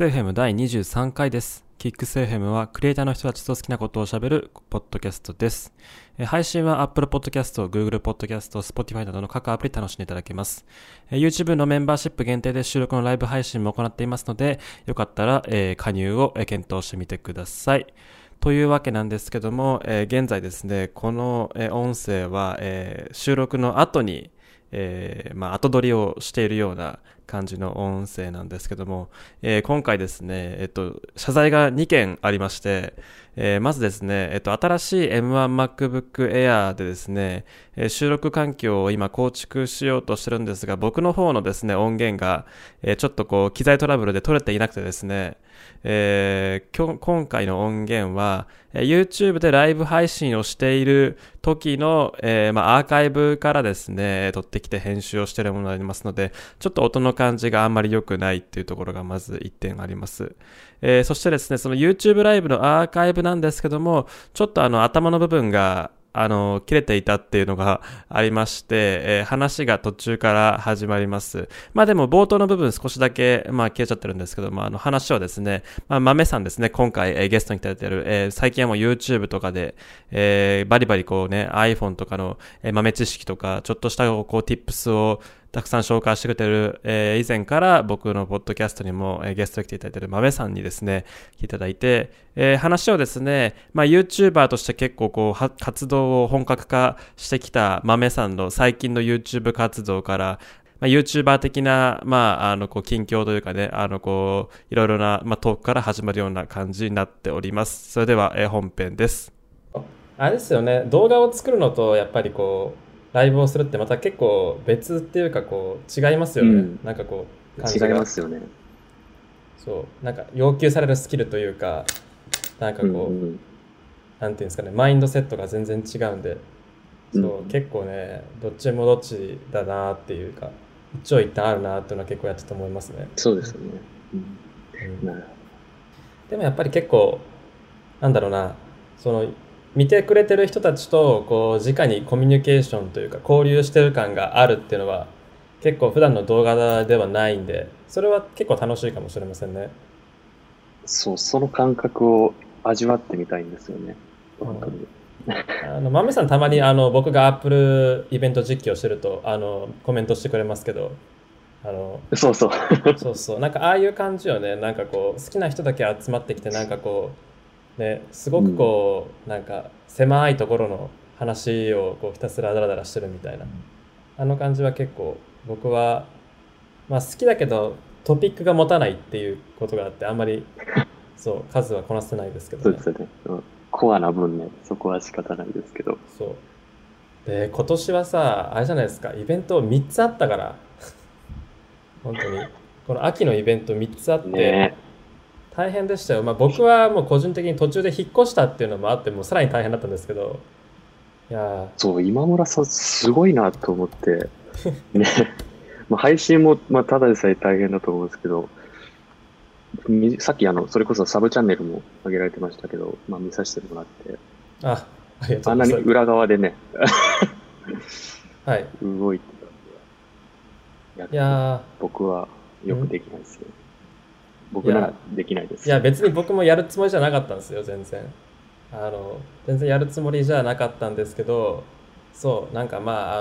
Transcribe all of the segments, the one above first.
ス FM 第23回です。キックス FM はクリエイターの人たちと好きなことを喋るポッドキャストです。配信は Apple Podcast、Google Podcast、Spotify などの各アプリで楽しんでいただけます。YouTube のメンバーシップ限定で収録のライブ配信も行っていますので、よかったら加入を検討してみてください。というわけなんですけども、現在ですね、この音声は収録の後に後撮りをしているような感じの音声なんですけども、今回ですね、謝罪が2件ありまして、まずですね、新しい M1MacBook Air でですね、収録環境を今構築しようとしてるんですが、僕の方のですね、音源が、ちょっと機材トラブルで取れていなくてですね、今回の音源は、YouTube でライブ配信をしている時の、アーカイブからですね、撮ってきて編集をしているものになりますので、ちょっと音の感じがあんまり良くないっていうところがまず1点あります。そしてですね、その YouTube ライブのアーカイブなんですけども、ちょっと頭の部分が切れていたっていうのがありまして、話が途中から始まります。でも冒頭の部分少しだけ、消えちゃってるんですけども、話をですね、豆さんですね、今回、ゲストに来ていただいている、最近はもう YouTube とかで、バリバリiPhone とかの、豆知識とか、ちょっとしたtips をたくさん紹介してくれてる、以前から僕のポッドキャストにも、ゲストに来ていただいている豆さんにですね、来ていただいて、話をですね、YouTuber として結構活動を本格化してきた豆さんの最近の YouTube 活動から、YouTuber 的な、近況というかね、いろいろな、トークから始まるような感じになっております。それでは、本編です。あれですよね、動画を作るのとやっぱりライブをするってまた結構別っていうか違いますよね。なんか感じが違いますよね。 そう、なんか要求されるスキルというか、なんかなんていうんですかね、マインドセットが全然違うんで、そう、結構ね、どっちもどっちだなっていうか、一長一短あるなっていうのは結構やってて思いますね。 そうですよね。 でもやっぱり結構、なんだろうな、見てくれてる人たちと直にコミュニケーションというか交流してる感があるっていうのは結構普段の動画ではないんで、それは結構楽しいかもしれませんね。 そう、その感覚を味わってみたいんですよね。本当に。 豆さんたまに僕がアップルイベント実況してるとコメントしてくれますけど、 そうそうそうそう、なんかああいう感じよね。なんか好きな人だけ集まってきて、なんかね、すごくなんか狭いところの話をひたすらダラダラしてるみたいな、あの感じは結構僕は、好きだけどトピックが持たないっていうことがあって、あんまりそう数はこなせないですけどね。 そうですよね。コアな分ね、そこは仕方ないですけど。 そうで、今年はさ、あれじゃないですか、イベント3つあったから本当にこの秋のイベント3つあって、ね、大変でしたよ。僕はもう個人的に途中で引っ越したっていうのもあって、もうさらに大変だったんですけど、いやそう、今村さんすごいなと思ってね、配信もただでさえ大変だと思うんですけど、さっきそれこそサブチャンネルも上げられてましたけど、見させてもらって、 ありがとうございます。 あんなに裏側でねはい、 動いてたんで、いや僕はよくできないですよ。僕ならできないです。 いや別に僕もやるつもりじゃなかったんですよ。全然全然やるつもりじゃなかったんですけど、そうなんか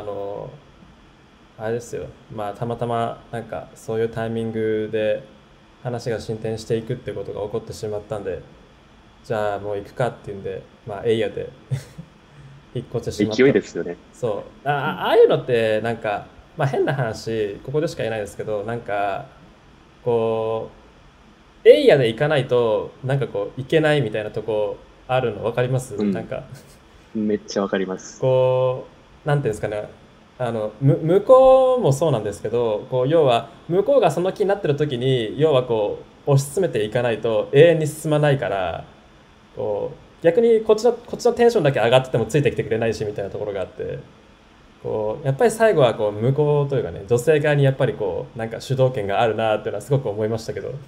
あれですよ、たまたまなんかそういうタイミングで話が進展していくってことが起こってしまったんで、じゃあもう行くかっていうんで、エイヤで引っ越してしまった。 勢いですよね。 そうああいうのってなんか、変な話ここでしか言えないですけど、なんかエイヤで行かないとなんか行けないみたいなとこあるの分かります？なんかめっちゃ分かります。 なんていうんですかね、向こうもそうなんですけど、要は向こうがその気になってる時に、要は押し詰めていかないと永遠に進まないから、逆にこっちのテンションだけ上がっててもついてきてくれないしみたいなところがあって、やっぱり最後は向こうというかね、女性側にやっぱりなんか主導権があるなっていうのはすごく思いましたけど、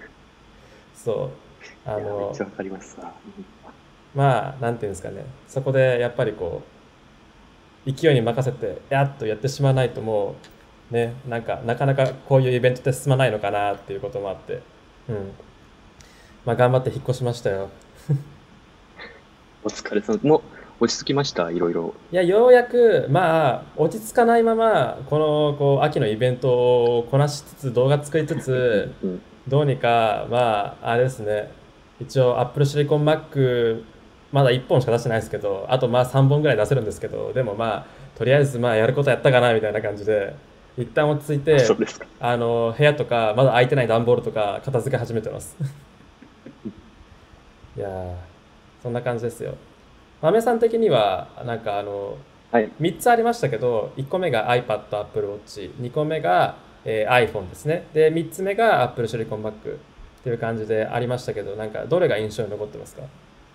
そうめっちゃわかりますさ。 なんていうんですかね、そこでやっぱり勢いに任せてやっとやってしまわないと、もうね、なんかなかなかこういうイベントって進まないのかなっていうこともあって、 うん。まあ頑張って引っ越しましたよ。 お疲れ様。もう落ち着きましたいろいろ。 いや、ようやく、まあ、落ち着かないまま、こう、秋のイベントをこなしつつ、動画作りつつ、 うん。 どうにか、まあ、あれですね。一応、Apple Silicon Mac、まだ1本しか出してないですけど、あとまあ3本ぐらい出せるんですけど、でもまあ、とりあえずまあ、やることやったかな、みたいな感じで、一旦落ち着いあ、そうて、 ですか。 部屋とか、まだ空いてない段ボールとか、片付け始めてます。いやー、そんな感じですよ。豆さん的には、 はい。 3つありましたけど、1個目が iPad、Apple Watch、2個目が、iPhone ですね。で、3つ目が Apple Silicon Mac っていう感じでありましたけど、なんかどれが印象に残ってますか？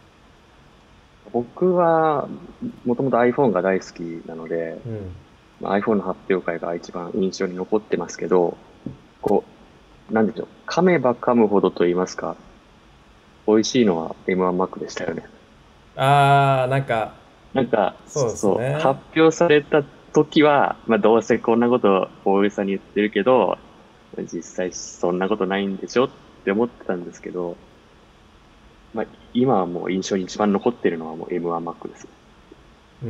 僕は、もともと iPhone が大好きなので、 うん。 まあ iPhone の発表会が一番印象に残ってますけど、こなんでしょう。噛めば噛むほどと言いますか、美味しいのは M1Mac でしたよね。 なんか、 なんか、 そうですそう、 ね。 発表された時は、まあどうせこんなこと大げさに言ってるけど、実際そんなことないんでしょって思ってたんですけど、まあ今はもう印象に一番残ってるのはもう M1Mac です。 うん、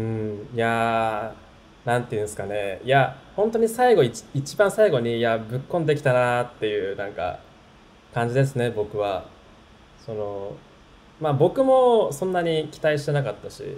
いやなんていうんですかね。いや、本当に最後、一番最後に、いや、ぶっこんできたなっていう、感じですね、僕は。その、まあ僕もそんなに期待してなかったし、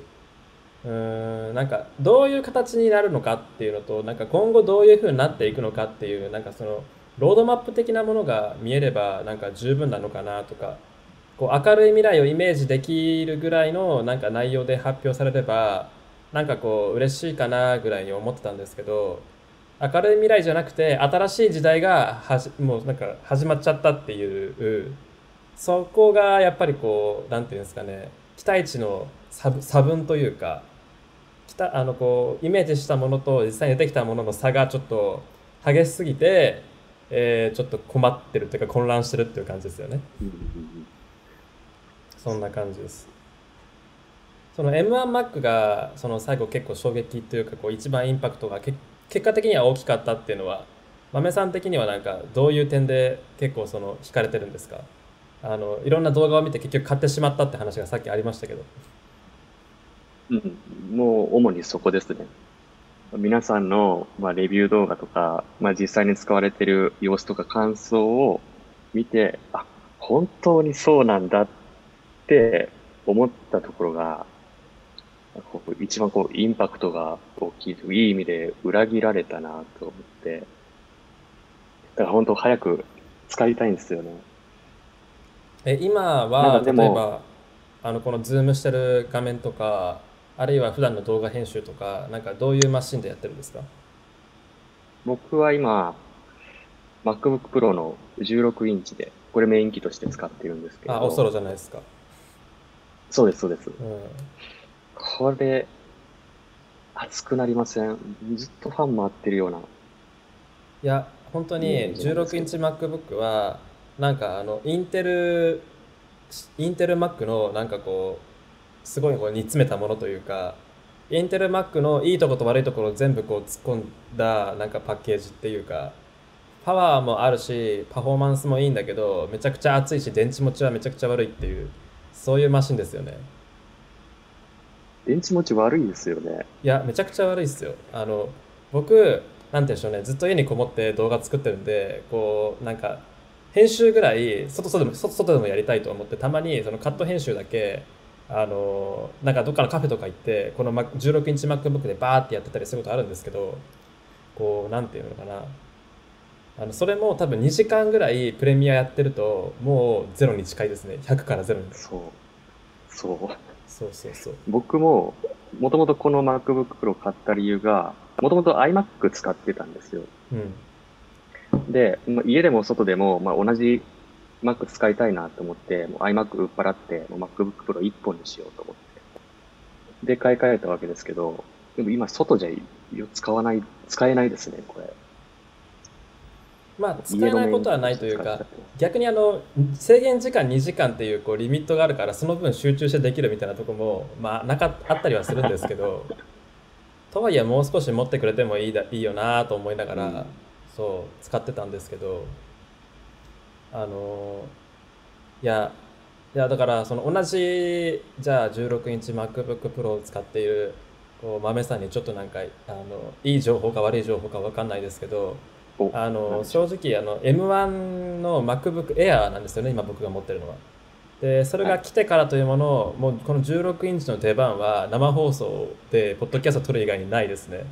どういう形になるのかっていうのと、今後どういう風になっていくのかっていう、ロードマップ的なものが見えれば、十分なのかなとか、こう明るい未来をイメージできるぐらいの内容で発表されれば、こう嬉しいかなぐらいに思ってたんですけど、明るい未来じゃなくて新しい時代がもう始まっちゃったっていう、そこがやっぱりこうなんていうんですかね、期待値の差分というか、こうイメージしたものと実際に出てきたものの差がちょっと激しすぎて、ちょっと困ってるというか混乱してるっていう感じですよね。 うんうんうん。 そんな感じです。その M1Mac がその最後結構衝撃というか、こう一番インパクトが結果的には大きかったっていうのは、豆さん的にはどういう点で結構その惹かれてるんですか？いろんな動画を見て結局買ってしまったって話がさっきありましたけど。 うん、もう主にそこですね。皆さんの、まあ、レビュー動画とか、まあ、実際に使われている様子とか感想を見て、あ、本当にそうなんだって思ったところが、こう一番こうインパクトが大きいといういい意味で裏切られたなと思って、だから本当早く使いたいんですよね。 今なんかはでも、 例えばこのズームしてる画面とか、あるいは普段の動画編集とか、どういうマシンでやってるんですか？ 僕は今、MacBook Pro の16インチで、これメイン機として使ってるんですけれあ、おそろど、 じゃないですか。 そうです、そうです。 うん。 これ、熱くなりません？ずっとファン回ってるようないや、本当にイメージなんです 16イけど。 ンチ MacBook は、インテル Mac のすごいこう煮詰めたものというか、インテル Mac のいいところと悪いところを全部こう突っ込んだパッケージっていうか、パワーもあるし、パフォーマンスもいいんだけど、めちゃくちゃ熱いし、電池持ちはめちゃくちゃ悪いっていう、そういうマシンですよね。 電池持ち悪いですよね。 いや、めちゃくちゃ悪いっすよ。僕、なんて言うんでしょうね、ずっと家にこもって動画作ってるんで、こう、編集ぐらい外でもやりたいと思って、たまにそのカット編集だけ、どっかのカフェとか行って、この16インチ MacBook でバーってやってたりすることあるんですけど、こう、なんていうのかな。それも多分2時間ぐらいプレミアやってると、もうゼロに近いですね。100からゼロに。 そう。そう。 そうそうそう。 僕も、もともとこの MacBook Pro 買った理由が、もともと iMac 使ってたんですよ。 うん。 で、まあ家でも外でも、まあ、同じ Mac 使いたいなと思って、もう iMac 売っ払って、もう MacBook Pro 1本にしようと思って。で、買い替えたわけですけど、でも今外じゃ使えないですね、これ。 まあ、使家のえないメイン機としことはないというか、 て使っちゃってます。 逆に制限時間2時間っていうこうリミットがあるから、その分集中してできるみたいなところも、まあ、あったりはするんですけど、とはいえもう少し持ってくれてもいいよなと思いながら、 うん。 そう、使ってたんですけど、 あのいや、だからその同じじゃあ16インチ MacBook Pro を使っているこう豆さんにちょっとなんかいい情報か悪い情報か分かんないですけど、 お、なんでしょ正直M1 の MacBook Air なんですよね、今僕が持ってるのは。でそれう。はい。 が来てからというものをもうこの16インチの出番は生放送でポッドキャストを撮る以外にないですね。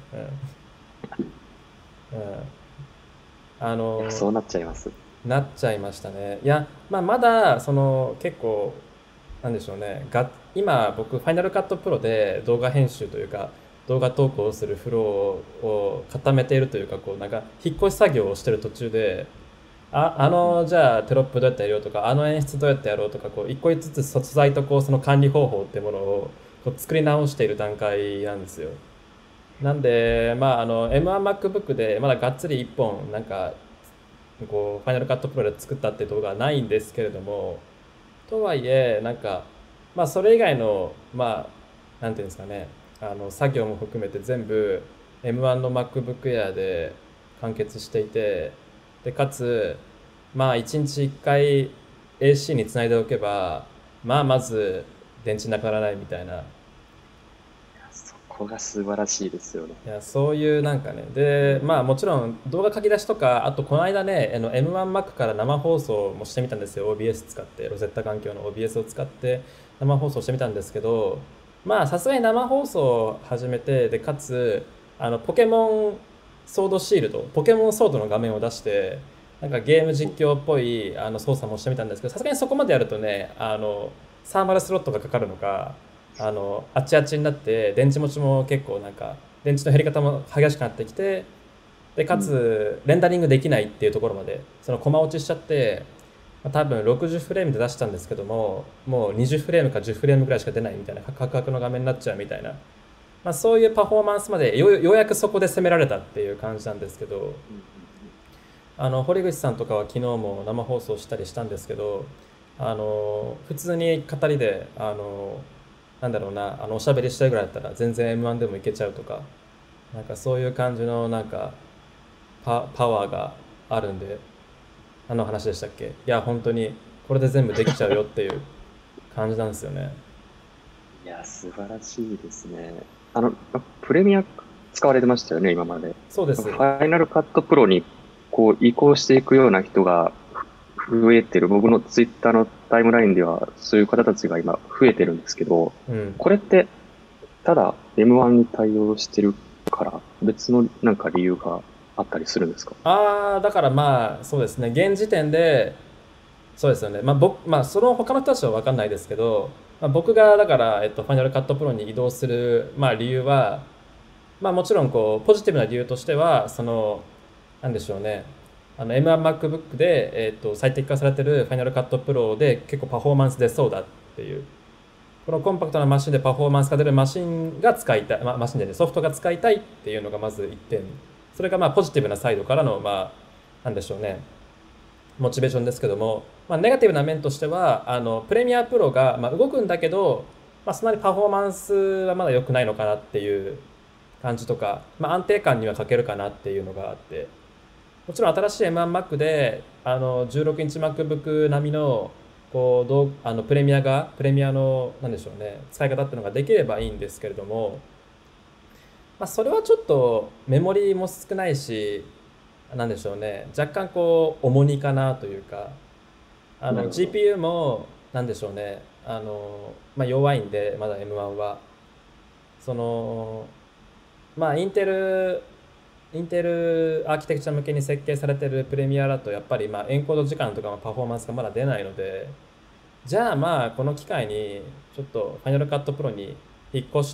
うんうん、あいや、 のそうなっちゃいます。 なっちゃいましたね。いや、まあ、まだその結構なんでしょうね。今僕ファイナルカットプロで動画編集というか動画投稿をするフローを固めているというか、こうなんか引っ越し作業をしてる途中で、 うんうん。 じゃあテロップどうやってやろうとか、あの演出どうやってやろうとか、こう一個ずつ素材とこうその管理方法っていうものをこう作り直している段階なんですよ。なんで、まあ、M1MacBook でまだがっつり1本なんかこうファイナルカットプロで作ったっていう動画はないんですけれども、とはいえなんか、まあ、それ以外のまあなんていうんですかね、作業も含めて全部 M1 の MacBook Air で完結していて、でかつまあ1日1回 AC につないでおけば、まあまず電池なくならないみたいな。 そこが素晴らしいですよね。 いや、そういうなんかね、で、まあもちろん動画書き出しとか、あとこの間ね、M1Mac から生放送もしてみたんですよ。OBS 使って、ロゼッタ環境の OBS を使って生放送してみたんですけど、まあさすがに生放送を始めて、で、かつ、ポケモンソードシールド、ポケモンソードの画面を出して、なんかゲームうん。 実況っぽい操作もしてみたんですけど、さすがにそこまでやるとね、サーマルスロットがかかるのか、あっちあっちになって電池持ちも結構なんか電池の減り方も激しくなってきて、でかうん。 つレンダリングできないっていうところまでそのコマ落ちしちゃって、まあ多分60フレームで出したんですけども、もう20フレームか10フレームぐらいしか出ないみたいなカクカクの画面になっちゃうみたいな、まあ、そういうパフォーマンスまでようやくそこで攻められたっていう感じなんですけど、 うんうんうん。 堀口さんとかは昨日も生放送したりしたんですけど、普通に語りでなんだろうな、おしゃべりしたいぐらいだったら全然 M1 でもいけちゃうとか、なんかそういう感じのなんかパワーがあるんで、何の話でしたっけ？いや本当にこれで全部できちゃうよっていう感じなんですよね。 いや、素晴らしいですね。プレミア使われてましたよね、今まで。フそうです。 ァイナルカットプロにこう移行していくような人が増えてる。僕のツイッターのタイムラインではそういう方たちが今増えてるんですけど、 うん。 これってただ M1 に対応してるから別のなんか理由があったりするんですか？ だからまあそうですね、現時点でそうですよね。まあ、その他の人たちは分かんないですけど、まあ、僕がだから、ファイナルカットプロに移動する、まあ、理由は、まあ、もちろんこうポジティブな理由としては、なんでしょうね、M1MacBook で、最適化されてるファイナルカットプロで結構パフォーマンス出そうだっていう、このコンパクトなマシンでパフォーマンスが出るマシンが使いたい、まあ、マシンでね、ソフトが使いたいっていうのがまず1点。それがまあポジティブなサイドからの、まあ、なんでしょうね、モチベーションですけども、まあ、ネガティブな面としてはプレミアプロが、まあ、動くんだけど、まあ、そんなにパフォーマンスはまだ良くないのかなっていう感じとか、まあ、安定感には欠けるかなっていうのがあって、もちろん新しい M1Mac で16インチ MacBook 並みのこうどうプレミアのなんでしょうね、使い方っていうのができればいいんですけれども、まあ、それはちょっとメモリも少ないし、なんでしょうね、若干こう重荷かなというか、 なるほど。 GPU もなんでしょうね、まあ、弱いんでまだ M1 はそのまあインテルアーキテクチャ向けに設計されてるプレミアだとやっぱりまあエンコード時間とかのパフォーマンスがまだ出ないので、じゃあまあこの機会にちょっとファイナルカットプロに引っ越して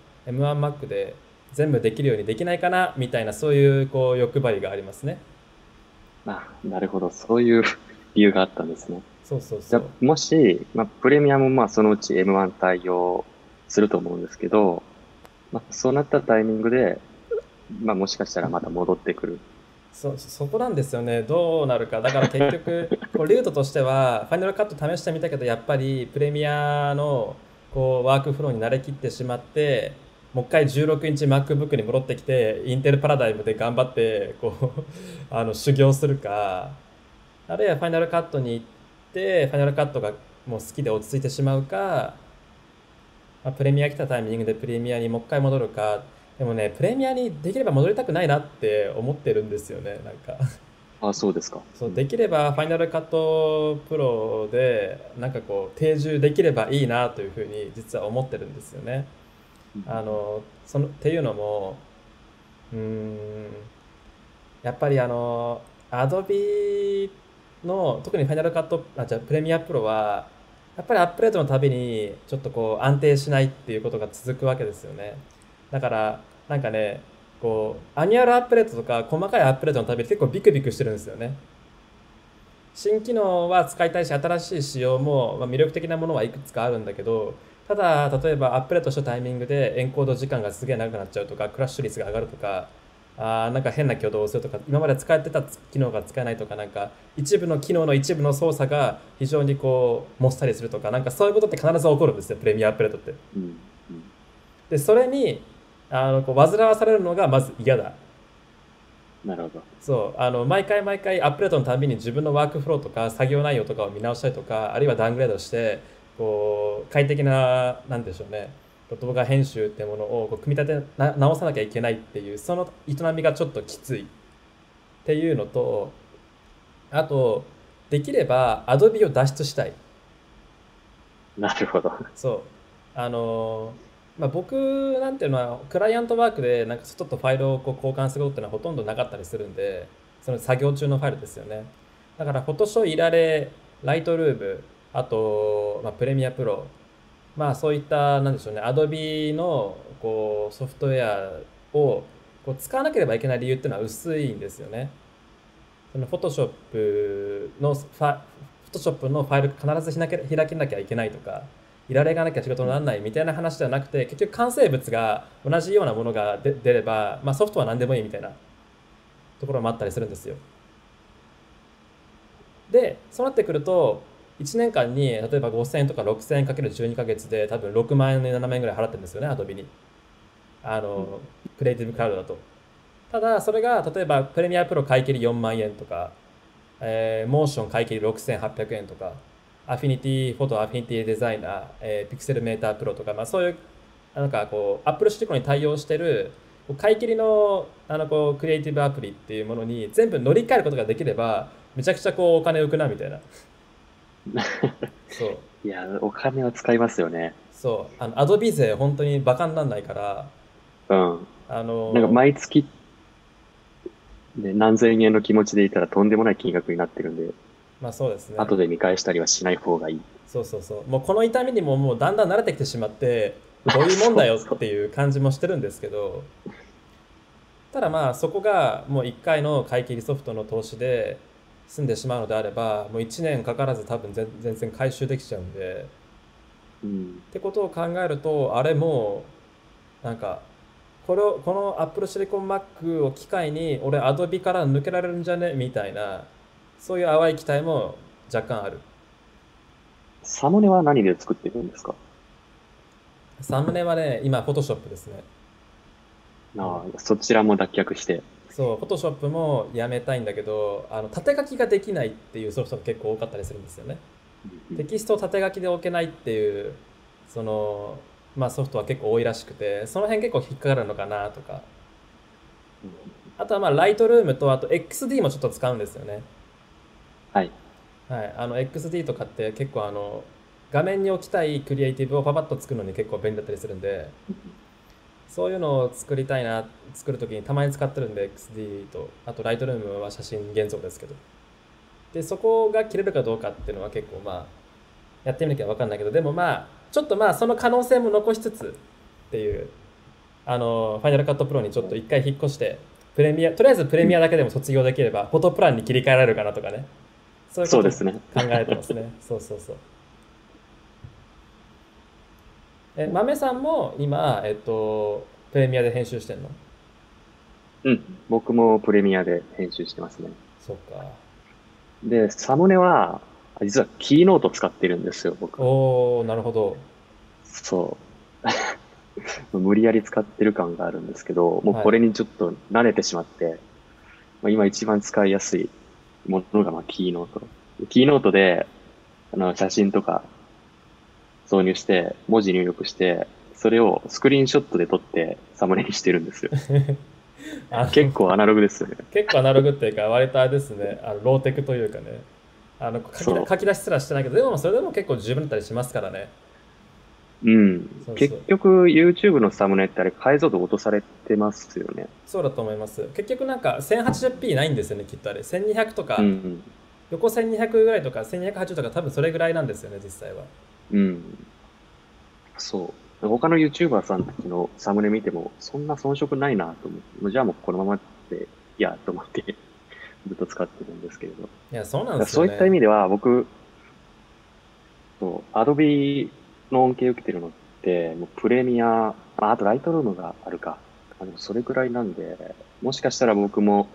M1Mac で全部できるようにできないかなみたいな、そういうこう欲張りがありますね。 なるほど。そういう理由があったんですね。 そうそうじゃあ、 そう。 もし、プレミアもそのうち M1 対応すると思うんですけど、そうなったタイミングで、もしかしたらまた戻ってくる。 そこなんですよね、どうなるか。だから結局こうルートとしてはファイナルカット試してみたけど、やっぱりプレミアのこうワークフローに慣れきってしまって、もう一回16インチ MacBook に戻ってきてインテルパラダイムで頑張ってこう修行するか、 あるいはファイナルカットに行って、ファイナルカットがもう好きで落ち着いてしまうか、まあ、プレミア来たタイミングでプレミアにもう一回戻るか。でもね、プレミアにできれば戻りたくないなって思ってるんですよね、なんか。 あ、そうですか。 そう、 うん。 できればファイナルカットプロで、なんかこう、定住できればいいなというふうに実は思ってるんですよね。 うん。 っていうのも、うーん、やっぱりアドビの、特にファイナルカット、じゃあプレミアプロは、やっぱりアップデートのたびに、ちょっとこう、安定しないっていうことが続くわけですよね。だから、なんかね、こう、アニュアルアップデートとか、細かいアップデートのたびに結構ビクビクしてるんですよね。新機能は使いたいし、新しい仕様も、まあ、魅力的なものはいくつかあるんだけど、ただ、例えばアップデートしたタイミングでエンコード時間がすげえ長くなっちゃうとか、クラッシュ率が上がるとか、なんか変な挙動をするとか、今まで使ってた機能が使えないとか、なんか一部の機能の一部の操作が非常にこう、もっさりするとか、なんかそういうことって必ず起こるんですよ、プレミアアップデートって。 うん。うん。 で、それに、こう煩わされるのがまず嫌だ。 なるほど。 そう、毎回毎回アップデートのたびに自分のワークフローとか作業内容とかを見直したりとか、あるいはダウングレードして、こう、快適な、なんでしょうね、動画編集っていうものをこう組み立て直さなきゃいけないっていう、その営みがちょっときついっていうのと、あと、できれば Adobe を脱出したい。 なるほど。 そう。まあ、僕なんていうのは、クライアントワークで、なんかちょっとファイルをこう交換することっていうのはほとんどなかったりするんで、その作業中のファイルですよね。だから、フォトショー、いられ、ライトルーム、あと、まあ、プレミアプロ、まあ、そういった、なんでしょうね、アドビのこうソフトウェアをこう使わなければいけない理由っていうのは薄いんですよね。そのフォトショップのファイル必ず開けなきゃいけないとか、いられがなきゃ仕事にならないみたいな話ではなくて、結局完成物が同じようなものが出れば、まあ、ソフトは何でもいいみたいなところもあったりするんですよ。で、そうなってくると、1年間に例えば5000円とか6000円かける12ヶ月で多分6万円、7万円ぐらい払ってるんですよね、アドビに。 うん。 クリエイティブクラウドだと。ただ、それが例えばプレミアプロ買い切り4万円とか、モーション買い切り6800円とか、アフィニティフォト、アフィニティデザイナー、ピクセルメータープロとか、まあ、そういう、なんかこう、アップルシティコに対応してる、買い切りの、こう、クリエイティブアプリっていうものに全部乗り換えることができれば、めちゃくちゃこう、お金浮くな、みたいな。そう。 いや、お金は使いますよね。 そう。アドビ税本当にバカにならないから、 うん。 あなんかの、 毎月、ね、何千円の気持ちでいたらとんでもない金額になってるんで、 まあそうですね。 後で見返したりはしない方がいい。 そうそうそう。もうこの痛みにももうだんだん慣れてきてしまって、どういうもんだよっそうそう。 ていう感じもしてるんですけど、ただまあそこがもう1回の買い切りソフトの投資で済んでしまうのであれば、もう1年かからず多分全然回収できちゃうんで、 うん。 ってことを考えると、あれもうなんか、この Apple Silicon Mac を機会に俺 Adobe から抜けられるんじゃねみたいな、そういう淡い期待も若干ある。 サムネは何で作ってるんですか？ サムネはね、今 Photoshop ですね。うん。 ああ、そちらも脱却して。 そう、フォトショップもやめたいんだけど、縦書きができないっていうソフトが結構多かったりするんですよね。 うん。 テキストを縦書きで置けないっていう、その、まあソフトは結構多いらしくて、その辺結構引っかかるのかなとか。 うん。 あとはまあライトルームと、あと XD もちょっと使うんですよね。 はい。 はい。XD とかって結構画面に置きたいクリエイティブをパパッと作るのに結構便利だったりするんで、 うん。 そういうのを作りたいな、作るときにたまに使ってるんで、XD と、あとライトルームは写真現像ですけど。で、そこが切れるかどうかっていうのは結構まあ、やってみなきゃ分かんないけど、でもまあ、ちょっとまあ、その可能性も残しつつっていう、ファイナルカットプロにちょっと一回引っ越して、とりあえずプレうん。 ミアだけでも卒業できれば、フォトプランに切り替えられるかなとかね。そういうことをそうですね。 考えてますね。そうそうそう。豆さんも今、プレミアで編集してんの？ うん。僕もプレミアで編集してますね。 そっか。 で、サムネは、実はキーノート使ってるんですよ、僕。 おー、なるほど。 そう。無理やり使ってる感があるんですけど、もうはい。 これにちょっと慣れてしまって、まあ、今一番使いやすいものがキーノート。キーノートで、写真とか挿入して、文字入力して、それをスクリーンショットで撮ってサムネにしてるんですよ。 あの、 結構アナログですよね。 結構アナログっていうか、割とあれですね、ローテクというかね、 そ書き出しすらしてないけど、でもそれでも結構十分だったりしますからね。 う。うん。 そうそう。 結局 YouTube のサムネってあれ解像度落とされてますよね。 そうだと思います。結局なんか 1080p ないんですよね、きっとあれ。1200とか、 うん。 横1200ぐらいとか1280とか多分それぐらいなんですよね、実際は。 うん。そう。他の YouTuber さんたちのサムネ見ても、そんな遜色ないなと思って、もうじゃあもうこのままでいやと思ってずっと使ってるんですけれど。だかいや、そうなんでらそういった意すよね。 味では、僕、そう、Adobe の恩恵を受けてるのって、もうプレミア、あとライトルームがあるか。でもそれくらいなんで、もしかしたら僕も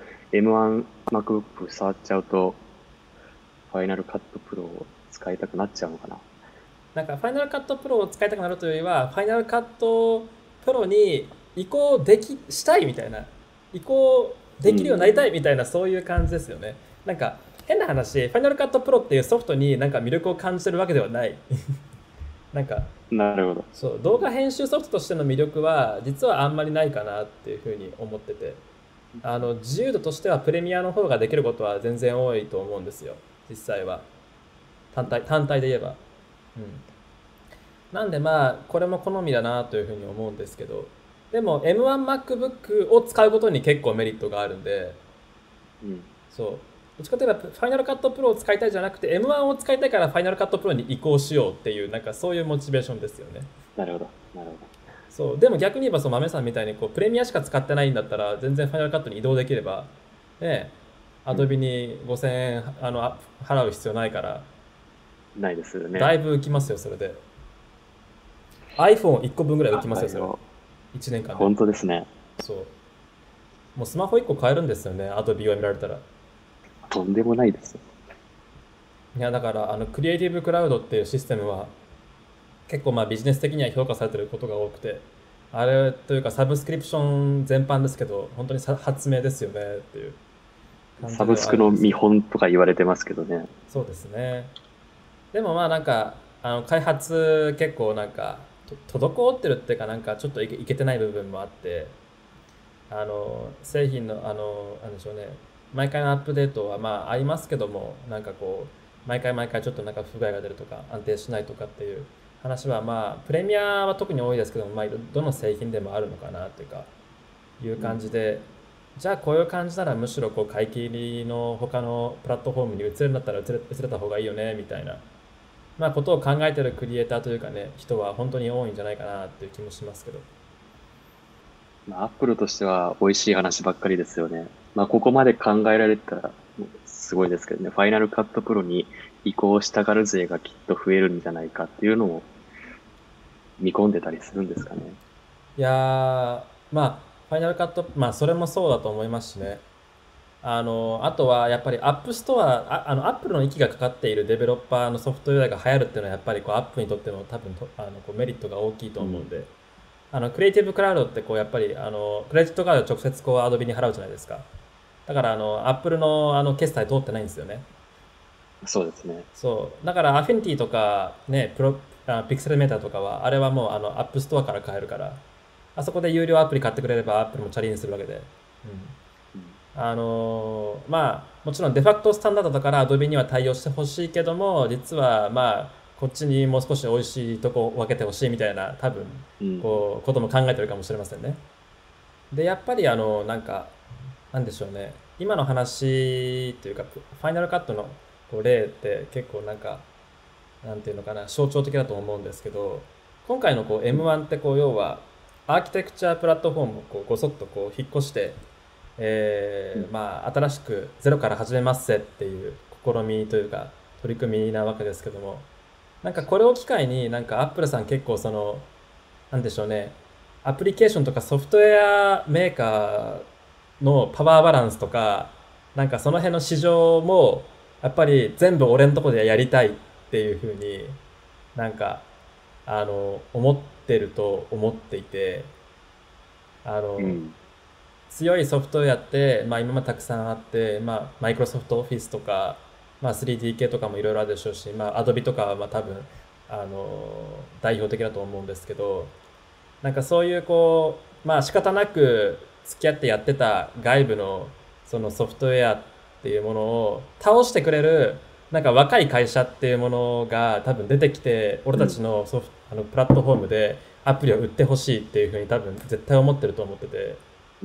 M1MacBook 触っちゃうと、ファイナルカットプロを使いたくなっちゃうのかな。 なんか、ファイナルカットプロを使いたくなるというよりは、ファイナルカットプロに移行したいみたいな、移行うできるようになりたん。 いみたいな、そういう感じですよね。なんか、変な話、ファイナルカットプロっていうソフトになんか魅力を感じてるわけではない。なんか、 なるほど。 そう、動画編集ソフトとしての魅力は、実はあんまりないかなっていうふうに思ってて、自由度としてはプレミアの方ができることは全然多いと思うんですよ、実際は。単体で言えば。うん。なんでまあ、これも好みだなというふうに思うんですけど、でも M1MacBook を使うことに結構メリットがあるんで、 うん。 そう。どっちかといえば、ファイナルカットプロを使いたいじゃなくて、M1 を使いたいからファイナルカットプロに移行しようっていう、なんかそういうモチベーションですよね。 なるほど。なるほそう。でも逆に言えば、そう、豆さんみたいにこう、プレミアしか使ってないんだったら、全然ファイナルカットに移動できれば、ね、アど。うん。 ドビに5000円払う必要ないから、 ないですよね。 だいぶ浮きますよ、それで。iPhone1 個分ぐらい浮きますよ、それ。 はいよ。 1年間で。 本当ですね。 そう。もうスマホ1個買えるんですよね、アドビを見られたら。 とんでもないですよ。 いや、だから、クリエイティブクラウドっていうシステムは、結構まあビジネス的には評価されてることが多くて、あれというかサブスクリプション全般ですけど、本当に発明ですよねっていう感じではあサブスクのるんですけど。 見本とか言われてますけどね。 そうですね。でもまあなんか、開発結構なんか、滞ってるっていうかなんかちょっといけてない部分もあって、製品の、なんでしょうね、毎回のアップデートはまあありますけども、なんかこう、毎回ちょっとなんか不具合が出るとか、安定しないとかっていう話はまあ、プレミアは特に多いですけども、まあ、どの製品でもあるのかなというか、いううん。 感じで、じゃあこういう感じならむしろこう買い切りの他のプラットフォームに移れるんだったら移れた方がいいよねみたいな、まあ、ことを考えてるクリエイターというかね、人は本当に多いんじゃないかなっていう気もしますけど。 まあ、アップルとしては美味しい話ばっかりですよね。まあ、ここまで考えられたらすごいですけどね。ファイナルカットプロに移行したがる勢がきっと増えるんじゃないかっていうのを見込んでたりするんですかね。 いやー、まあ、ファイナルカット、まあ、それもそうだと思いますしね。あとはやっぱりアップストア、アップルの息がかかっているデベロッパーのソフトウェアが流行るっていうのはやっぱりこうアップにとっても多分こうメリットが大きいとうん。 思うんで、クリエイティブクラウドってこうやっぱりクレジットカード直接こうアドビに払うじゃないですか。だからアップルの決済通ってないんですよね。 そうですね。 そう。だからアフィニティとかね、ピクセルメーターとかはあれはもうアップストアから買えるから、あそこで有料アプリ買ってくれればアップルもチャリンするわけで。うん。 うん。 まあ、もちろんデファクトスタンダードだから Adobe には対応してほしいけども、実はまあ、こっちにもう少し美味しいとこを分けてほしいみたいな、多分、 うん。 こう、ことも考えてるかもしれませんね。で、やっぱりなんか、なんでしょうね。今の話というか、ファイナルカットのこう例って結構なんか、なんていうのかな、象徴的だと思うんですけど、今回のこううん。 M1 ってこう要は、アーキテクチャプラットフォームをこうごそっとこう引っ越して、 うん。 まあ、新しくゼロから始めますぜっていう試みというか取り組みなわけですけども、なんかこれを機会になんかアップルさん結構なんでしょうね、アプリケーションとかソフトウェアメーカーのパワーバランスとか、なんかその辺の市場もやっぱり全部俺のとこでやりたいっていうふうになんか思ってると思っていて、あのうん。 強いソフトウェアって、まあ、今までたくさんあって、まあ、マイクロソフトオフィスとか、まあ、3D 系とかもいろいろあるでしょうし、まあ、Adobe とかはまあ多分代表的だと思うんですけど、なんかそういうこう、まあ仕方なく付き合ってやってた外部のそのソフトウェアっていうものを倒してくれるなんか若い会社っていうものが多分出てきて、俺たちうん。 のプラットフォームでアプリを売ってほしいっていうふうに多分絶対思ってると思ってて、 うん。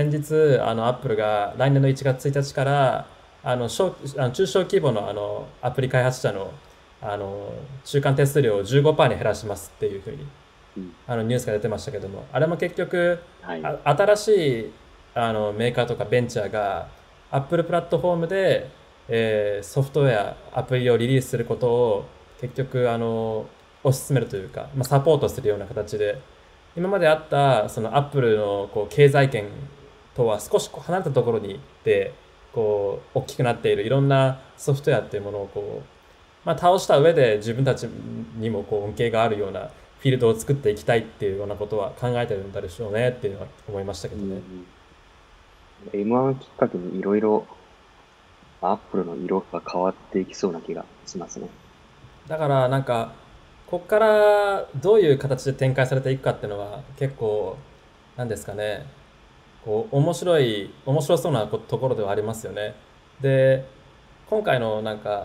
先日アップルが来年の1月1日から中小規模のアプリ開発者の中間手数料を15%に減らしますっていうふうにうん。 ニュースが出てましたけども、あれも結局はい。 新しいメーカーとかベンチャーが Apple プラットフォームで、ソフトウェアアプリをリリースすることを結局推し進めるというか、まあ、サポートするような形で、今まであったその Apple のこう経済圏とは少しこう離れたところに行ってこう大きくなっているいろんなソフトウェアっていうものをこう、まあ、倒した上で自分たちにもこう恩恵があるようなフィールドを作っていきたいっていうようなことは考えてるんだでしょうねっていうのは思いましたけうどね。 ん。M1 きっかけにいろいろアップルの色が変わっていきそうな気がしますね。 だからなんかこっからどういう形で展開されていくかっていうのは結構なんですかね、こう面白そうなところではありますよね。で、今回のなんか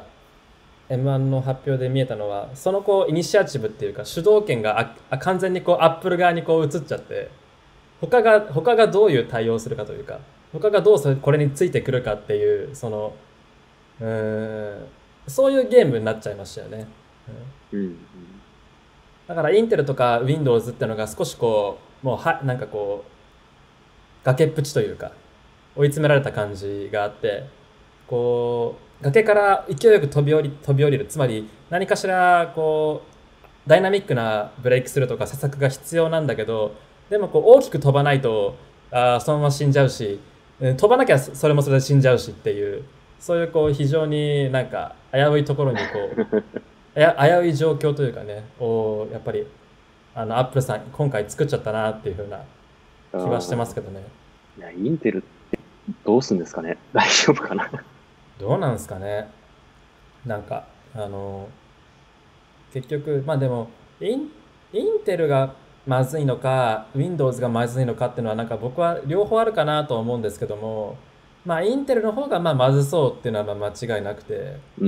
M1 の発表で見えたのはそのこうイニシアチブっていうか主導権が完全にこうアップル側にこう移っちゃって、他がどういう対応をするかというか、他がどうこれについてくるかっていううーんそういうゲームになっちゃいましたよね。 うん。 だからインテルとか Windows っていうのが少しこうもうなんかこう崖っぷちというか追い詰められた感じがあって、こう崖から勢いよく飛び降りる、つまり何かしらこうダイナミックなブレイクスルーとか施策が必要なんだけど、でもこう大きく飛ばないとそのまま死んじゃうし、飛ばなきゃそれもそれで死んじゃうしっていう、そういうこう非常になんか危ういところにこう危うい状況というかねをやっぱりアップルさん今回作っちゃったなっていう風なあ気はしてますあ。 けどね。 いや、インテルどうすんですかね。大丈夫かな。 どうなんですかね。なんかあの結局まあでもインテルがまずいのか Windows がまずいのかっていうのはなんか僕は両方あるかなと思うんですけども、まあインテルの方がまあまずそうっていうのはまあ間違いなくて、 うん。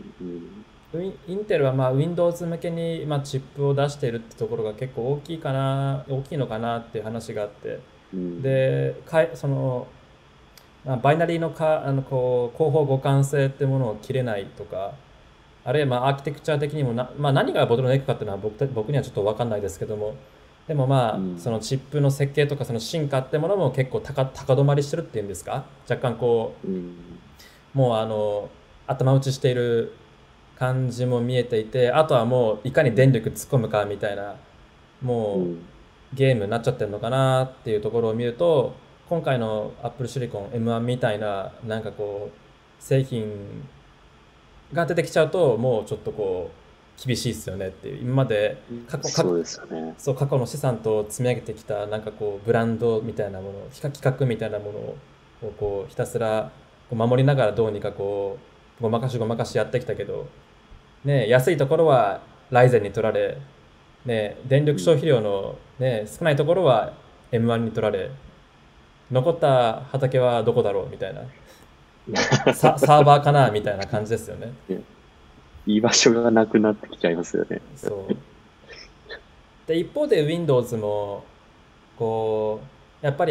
うん。 インテルはまあ Windows 向けにまあチップを出しているってところが結構大きいのかなっていう話があって、 うん。 でまあバイナリーのこう後方互換性ってものを切れないとか、あるいはまあアーキテクチャ的にもまあ、何がボトルネックかっていうのは僕にはちょっと分かんないですけども、でもまあそうん。 のチップの設計とかその進化ってものも結構高止まりしてるっていうんですか、若干こうん。 うもう頭打ちしている感じも見えていて、あとはもういかに電力突っ込むかみたいなもうん。 うゲームになっちゃってるのかなっていうところを見ると、今回の Apple Silicon M1 みたいななんかこう製品が出てきちゃうともうちょっとこう厳しいっすよねっていう、今まで過去そうですよね。 そう過去の資産と積み上げてきたなんかこうブランドみたいなもの、企画みたいなものをこうひたすらこう守りながらどうにかこうごまかしやってきたけど、ね、安いところはライゼンに取られ、ね、電力消うん。 費量の、ね、少ないところは M1 に取られ、残った畑はどこだろうみたいな、サーバーかなみたいな感じですよね。 ね、居場所がなくなってきちゃいますよね。 そうで一方で Windows もこやっぱり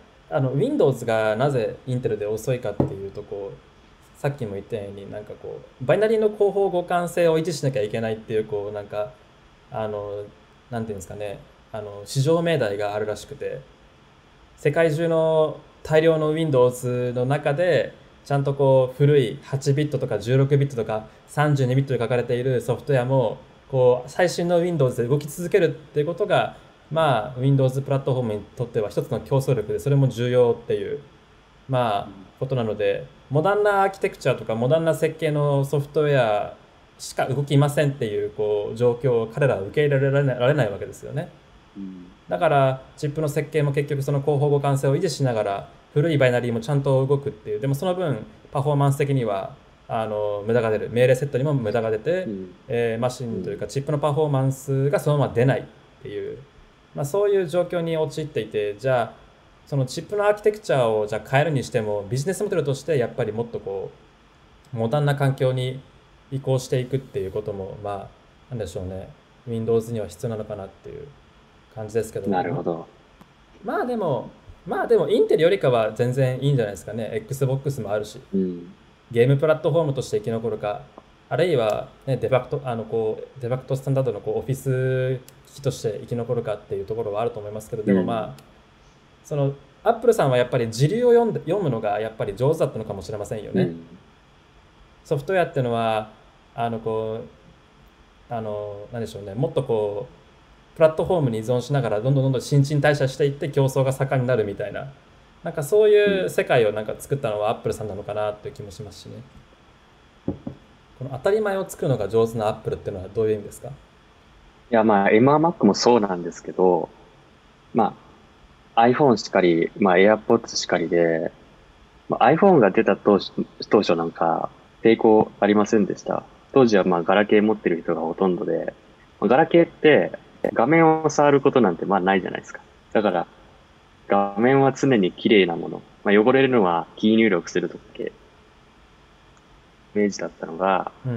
Windows がなぜインテルで遅いかっていうとこうさっきも言ったようになんかこうバイナリーの後方互換性を維持しなきゃいけないっていうこうなんかあのなんていうんですかね、市場命題があるらしくて、世界中の大量の Windows の中でちゃんとこう古い8ビットとか16ビットとか32ビットで書かれているソフトウェアもこう最新の Windows で動き続けるっていうことが、まあ Windows プラットフォームにとっては一つの競争力で、それも重要っていうまあことなので、モダンなアーキテクチャとかモダンな設計のソフトウェアしか動きませんっていうこう状況を彼らは受け入れられないわけですよね。 うん。 だからチップの設計も結局その広報互換性を維持しながら古いバイナリーもちゃんと動くっていう。でもその分パフォーマンス的には無駄が出る。命令セットにも無駄が出て、 うん。 マシうん。 ンというかチップのパフォーマンスがそのまま出ないっていう、そういう状況に陥っていて、じゃあそのチップのアーキテクチャをじゃあ変えるにしてもビジネスモデルとしてやっぱりもっとこうモダンな環境に移行していくっていうこともなんでしょうね、 Windows には必要なのかなっていう感じですけど、 なるほど。 まあでも、インテルよりかは全然いいんじゃないですかね。Xbox もあるし、 うん。 ゲームプラットフォームとして生き残るか、あるいは、ね、デファクトスタンダードのオフィス機器として生き残るかっていうところはあると思いますけど、でもうん。 その、アップルさんはやっぱり時流を読むのがやっぱり上手だったのかもしれませんよね。 うん。 ソフトウェアっていうのは、あの、こなんでしょうね、もっとプラットフォームに依存しながらどんどん新陳代謝していって競争が盛んになるみたいな、なんかそううん。 いう世界をなんか作ったのはアップルさんなのかなという気もしますしね。この当たり前を作るのが上手なアップルっていうのはどういう意味ですか？ いや、まあ、M1Mac もそうなんですけど、まあ、iPhone しかり、まあ、AirPods しかりで、まあ、iPhone が出た当初なんか抵抗ありませんでした。当時はまあガラケー持ってる人がほとんどで、まあガラケーって画面を触ることなんてまあないじゃないですか。だから画面は常に綺麗なもの。まあ、汚れるのはキー入力するときイメージだったのが、 うん。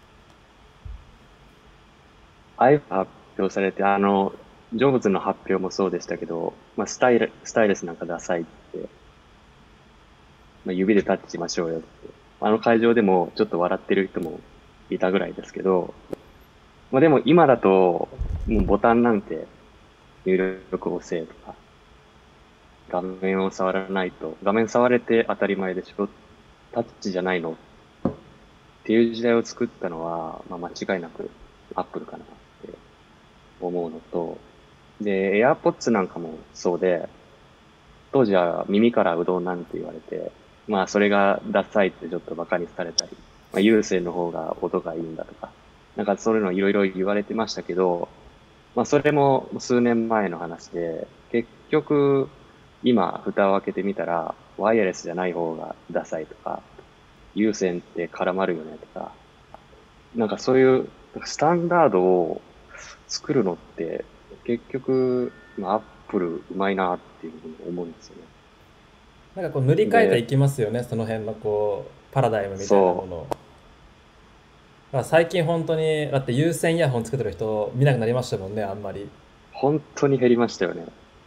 iPhone 発表されて、ジョブズの発表もそうでしたけど、まあ、スタイレスなんかダサいって、まあ、指でタッチしましょうよって。あの会場でもちょっと笑ってる人もいたぐらいですけど、まあでも今だと、もうボタンなんて入力をせえとか、画面を触らないと、画面触れて当たり前でしょ、タッチじゃないのっていう時代を作ったのは、まあ間違いなくアップルかなって思うのと、で、AirPods なんかもそうで、当時は耳からうどんなんて言われて、まあそれがダサいってちょっと馬鹿にされたり、まあ有線の方が音がいいんだとか、なんかそういうのいろいろ言われてましたけど、まあそれも数年前の話で、結局今蓋を開けてみたら、ワイヤレスじゃない方がダサいとか、有線って絡まるよねとか、なんかそういうスタンダードを作るのって結局、まあアップルうまいなっていうふうに思うんですよね。 なんか塗り替えてで、 いきますよね、その辺のパラダイムみたいなもそう、 のを。だから最近本当に、だって有線イヤホンつけてる人見なくなりましたもんね、あんまり。 本当に減りましたよね。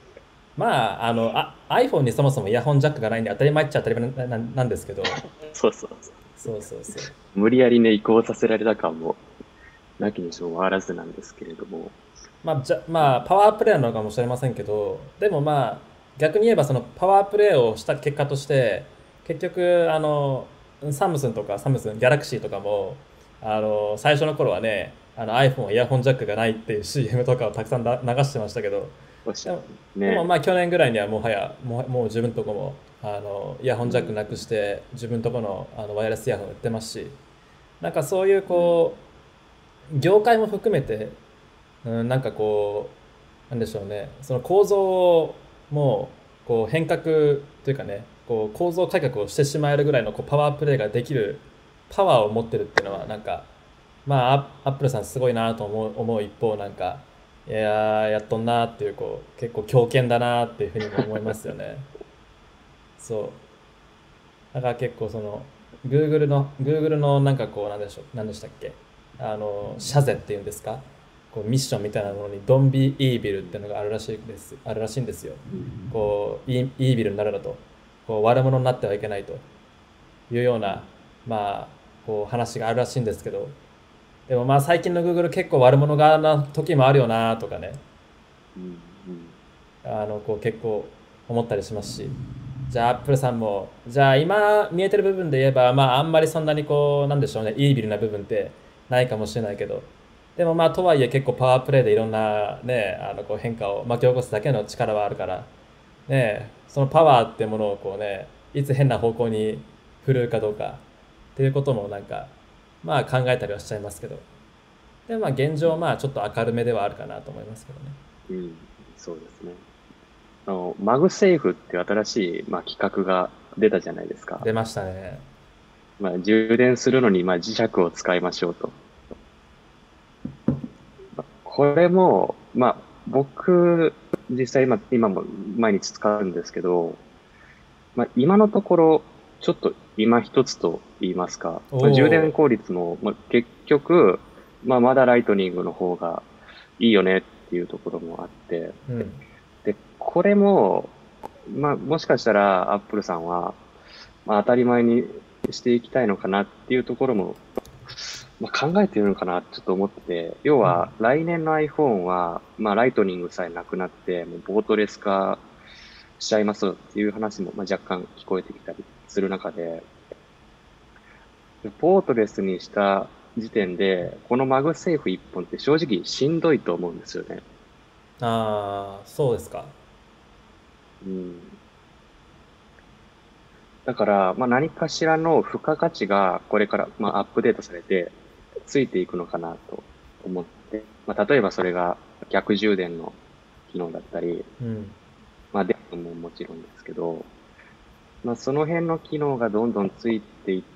iPhone にそもそもイヤホンジャックがないんで当たり前っちゃ当たり前なんですけど、 そうそうそう。 そうそうそう。 無理やりね、移行させられた感も、なきにしもあらずなんですけれども。 パワープレイなのかもしれませんけど、でも逆に言えばそのパワープレイをした結果として、結局、サムスン、ギャラクシーとかも、最初の頃はね、iPhone はイヤホンジャックがないっていう CM とかをたくさん流してましたけど、 おっしゃでも、 ね。 去年ぐらいにはもはや、もう自分のとこも、イヤホうん、 ンジャックなくして、自分のとこの、ワイヤレスイヤホン売ってますし、なんかそういううん、 業界も含めて、なんかなんでしょうね、その構造をも変革というかね、構造改革をしてしまえるぐらいのパワープレイができるパワーを持ってるっていうのは、なんか、アップルさんすごいなと思う一方、なんか、いやー、やっとんなーっていう、結構強肩だなーっていうふうにも思いますよね。そう。だから結構Google のなんかなんでしょう、なんでしたっけ、シャゼっていうんですか、ミッションみたいなものにドンビイービルっていうのがあるらしいんですよ。 うん、 イービルになるのと、悪者になってはいけないというような、話があるらしいんですけど、でも最近の Google 結構悪者側な時もあるよなとかね、 うん、うん。 結構思ったりしますし、じゃあアップルさんも、じゃあ今見えてる部分で言えば、あんまりそんなになんでしょうね、イービルな部分ってないかもしれないけど、でもとはいえ結構パワープレイでいろんなね、変化を巻き起こすだけの力はあるから、ね、そのパワーってものをいつ変な方向に振るうかどうかっていうこともなんか、考えたりはしちゃいますけど、でも現状ちょっと明るめではあるかなと思いますけどね。 うん、そうですね。マグセーフっていう新しい、企画が出たじゃないですか。 出ましたね。 充電するのに、磁石を使いましょうと。これも、僕、実際今も毎日使うんですけど、今のところ、ちょっと今一つと言いますか、 お充電お効率も、結局、まだライトニングの方がいいよねっていうところもあって、 ー、うん。 で、これも、もしかしたらアップルさんは、当たり前にしていきたいのかなっていうところも、考えてるのかなってちょっと思ってて、要うん。 は来年の iPhone は、ライトニングさえなくなって、もうボートレス化しちゃいますっていう話も、若干聞こえてきたりする中で、ボートレスにした時点で、このマグセーフ一本って正直しんどいと思うんですよね。 ああ、そうですか。 うん。だから、何かしらの付加価値がこれから、アップデートされてついていくのかなと思って、例えばそれが逆充電の機能だったり、 うん。 電池ももちろんですけど、その辺の機能がどんどんついていって、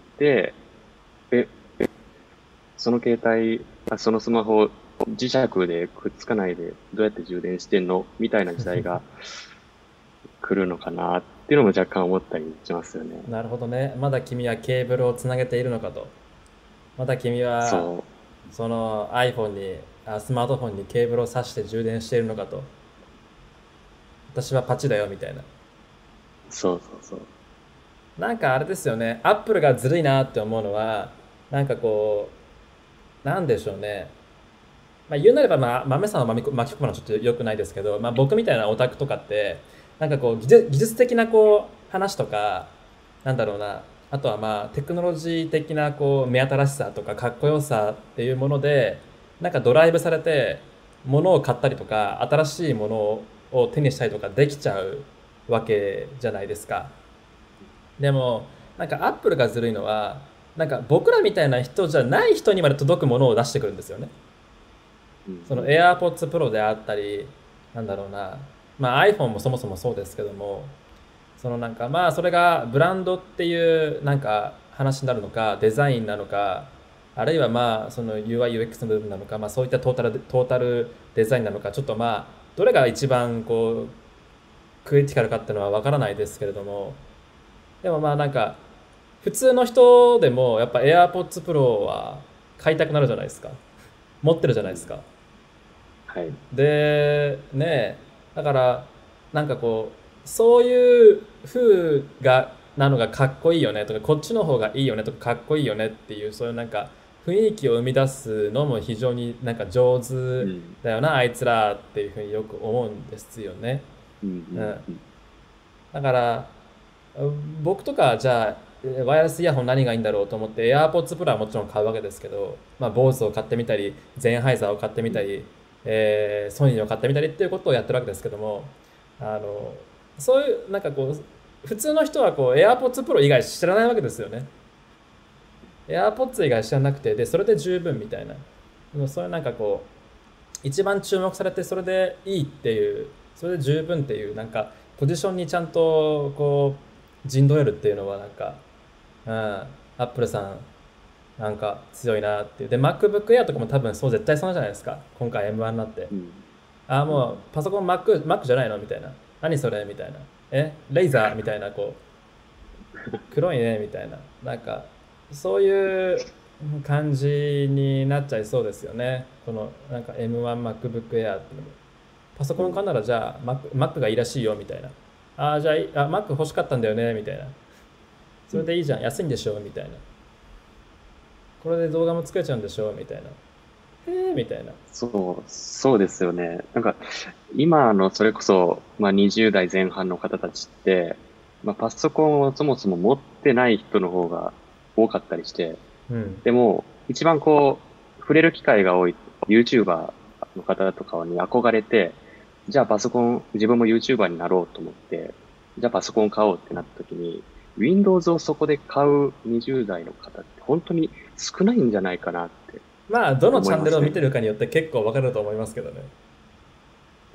え、その携帯、そのスマホ、磁石でくっつかないでどうやって充電してんのみたいな時代が来るのかなっていうのも若干思ったりしますよね。 なるほどね。まだ君はケーブルをつなげているのかと。まだ君はそその iPhone に、スマートフォンにケーブルを挿して充電しているのかと。私はパチだよみたいな。 そうそうそう。 なんかあれですよね。アップルがずるいなって思うのは、なんかこう、なんでしょうね。言うなれば、豆さんを巻き込むのはちょっと良くないですけど、僕みたいなオタクとかって、なんかこう、技術的なこう、話とか、なんだろうな、あとはテクノロジー的なこう、目新しさとか、かっこよさっていうもので、なんかドライブされて、物を買ったりとか、新しいものを手にしたりとかできちゃうわけじゃないですか。でも、なんかアップルがずるいのは、なんか僕らみたいな人じゃない人にまで届くものを出してくるんですよね。 うんうそのんうん。 AirPods Pro であったり、なんだろうな、iPhone もそもそもそうですけども、そのなんかそれがブランドっていうなんか話になるのか、デザインなのか、あるいはその UI UX の部分なのか、そういったトータルデザインなのか、ちょっとどれが一番こうクリティカルかっていうのはわからないですけれども、でもなんか普通の人でもやっぱ AirPods Pro は買いたくなるじゃないですか。持ってるじゃうん。 ないですか。 はい。 でね、だからなんかこうそういう風がなのがかっこいいよねとか、こっちの方がいいよねとか、かっこいいよねっていう、そういうなんか雰囲気を生み出すのも非常になんか上手うん。 だよなあいつらっていうふうによく思うんですよね。 うんううん、 んうん。 だから僕とかじゃあワイヤレスイヤホン何がいいんだろうと思って AirPods Pro はもちろん買うわけですけど、BOSE を買ってみたりゼンハイザーを買ってみうん。 たり、ソニーを買ってみたりっていうことをやってるわけですけども、あのそういうなんかこう普通の人はこう AirPods Pro 以外知らないわけですよね。AirPods 以外知らなくて、でそれで十分みたいな、でもそれなんかこう一番注目されてそれでいいっていう、それで十分っていうなんかポジションにちゃんとこう陣取れるっていうのはなんか、うん、アップルさんなんか強いなっていう。で MacBook Air とかも多分そう絶対そうじゃないですか、今回 M1 になって。 うん。 もうパソコン Mac じゃないのみたいな、何それみたいな、レーザーみたいな、こう黒いねみたいな、なんかそういう感じになっちゃいそうですよね、このなんか M1MacBook Air っていうのも。パソコン買うならじゃあ Mac がいいらしいよみたいな、じゃあ Mac 欲しかったんだよねみたいな、それでいいじゃん、安いんでしょみたいな、これで動画も作れちゃうんでしょみたいな、みたいな。 そうですよね。今のそれこそ、20代前半の方たちって、パソコンをそもそも持ってない人の方が多かったりして、 うん。 でも、一番触れる機会が多い YouTuber の方とかに憧れて、じゃあパソコン、自分も YouTuber になろうと思って、じゃあパソコン買おうってなった時に、Windows をそこで買う20代の方って本当に少ないんじゃないかなってどのチャンネルを思いますね。 見てるかによって結構分かると思いますけどね。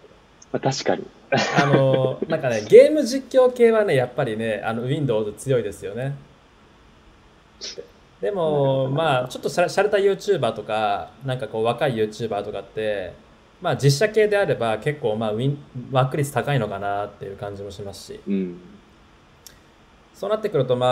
まあ、確かに。 なんかね、ゲーム実況系はね、やっぱりね、Windows 強いですよね。でも、 なるほど、なるほまあ、 ど。 ちょっとしゃれた YouTuber とか、なんかこう、若い YouTuber とかって、まあ、実写系であれば結構、まあ、ワーク率高いのかなっていう感じもしますし、 うん。 そうなってくると、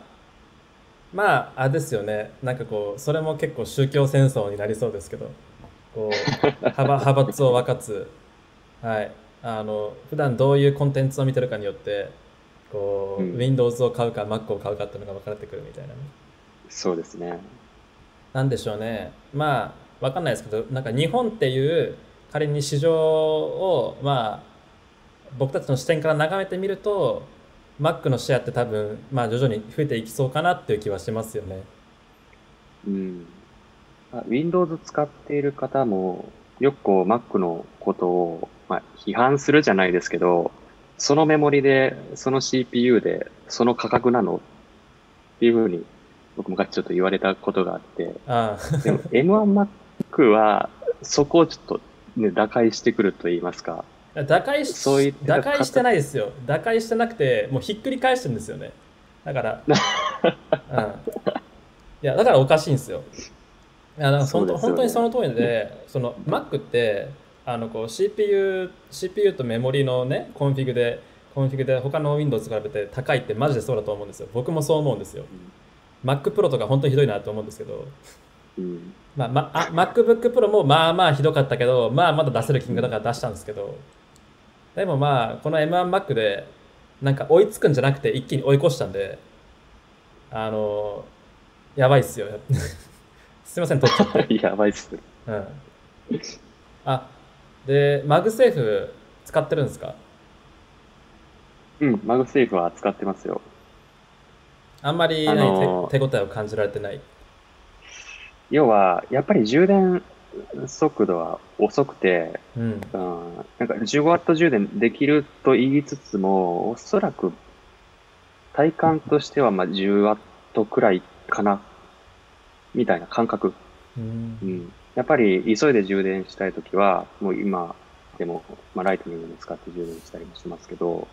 あれですよね。なんかこう、それも結構宗教戦争になりそうですけど、こう、派閥を分かつ、はい。普段どういうコンテンツを見てるかによって、こう、 うん。 Windows を買うか Mac を買うかっていうのが分かれてくるみたいなね。 そうですね。 なんでしょうね。まあ、わかんないですけど、なんか日本っていう仮に市場を、まあ、僕たちの視点から眺めてみると、Mac のシェアって多分、まあ徐々に増えていきそうかなっていう気はしますよね。 うん。Windows 使っている方も、よくこう Mac のことを、まあ、批判するじゃないですけど、そのメモリで、その CPU で、その価格なのっていうふうに、僕昔ちょっと言われたことがあって、 あでも M1Mac は、そこをちょっと、ね、打開してくると言いますか、 あ。 そういった打開して方、 ないですよ。打開してなくて、もうひっくり返してるんですよね。だから、うん。いや、だからおかしいんですよ。いや、だからそうです本よね。 当にその通りで、その Mac って、こう CPU とメモリのね、コンフィグで他の Windows と比べて高いってマジでそうだと思うんですよ。僕もそう思うんですよ。 うん。 Mac Pro とか本当にひどいなと思うんですけど、 うん。 MacBook Pro もまあまあひどかったけど、まあまだ出せる金額うん。 だから出したんですけど、でもまあ、この M1Mac で、なんか追いつくんじゃなくて一気に追い越したんで、あの、やばいっすよ。すいません、取っちゃって。 やばいっす。 うん。あ、で、マグセーフ使ってるんですか？ うん、マグセーフは使ってますよ。 あんまりあの、 手応えを感じられてない。 要は、やっぱり充電速度は遅くて、 うん。 うん、なんか15ワット充電できると言いつつも、おそらく体感としてはまあ10ワットくらいかな、みたいな感覚。 うん。 うん。やっぱり急いで充電したいときは、もう今でも、まあライトニングも使って充電したりもしますけど、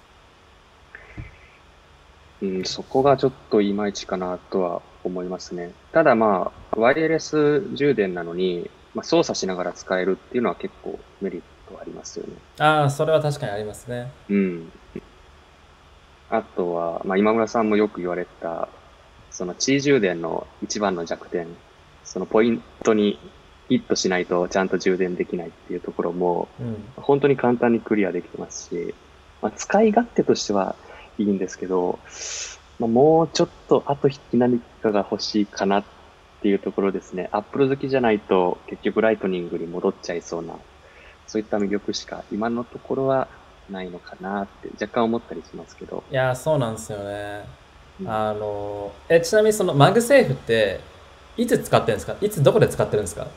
うん、そこがちょっといまいちかなとは思いますね。ただまあ、ワイヤレス充電なのに、まあ、操作しながら使えるっていうのは結構メリットありますよね。 ああ、それは確かにありますね。 うん。あとは、まあ今村さんもよく言われた、その地位充電の一番の弱点、そのポイントにヒットしないとちゃんと充電できないっていうところも、 うん。 本当に簡単にクリアできてますし、まあ、使い勝手としてはいいんですけど、まあ、もうちょっと後引き何かが欲しいかなっていうところですね。アップル好きじゃないと結局ライトニングに戻っちゃいそうな、そういった魅力しか今のところはないのかなって若干思ったりしますけど。 いやー、そうなんですよね。 うん。 ちなみにそのマグセーフって、いつ使ってるんですか？いつどこで使ってるんですか？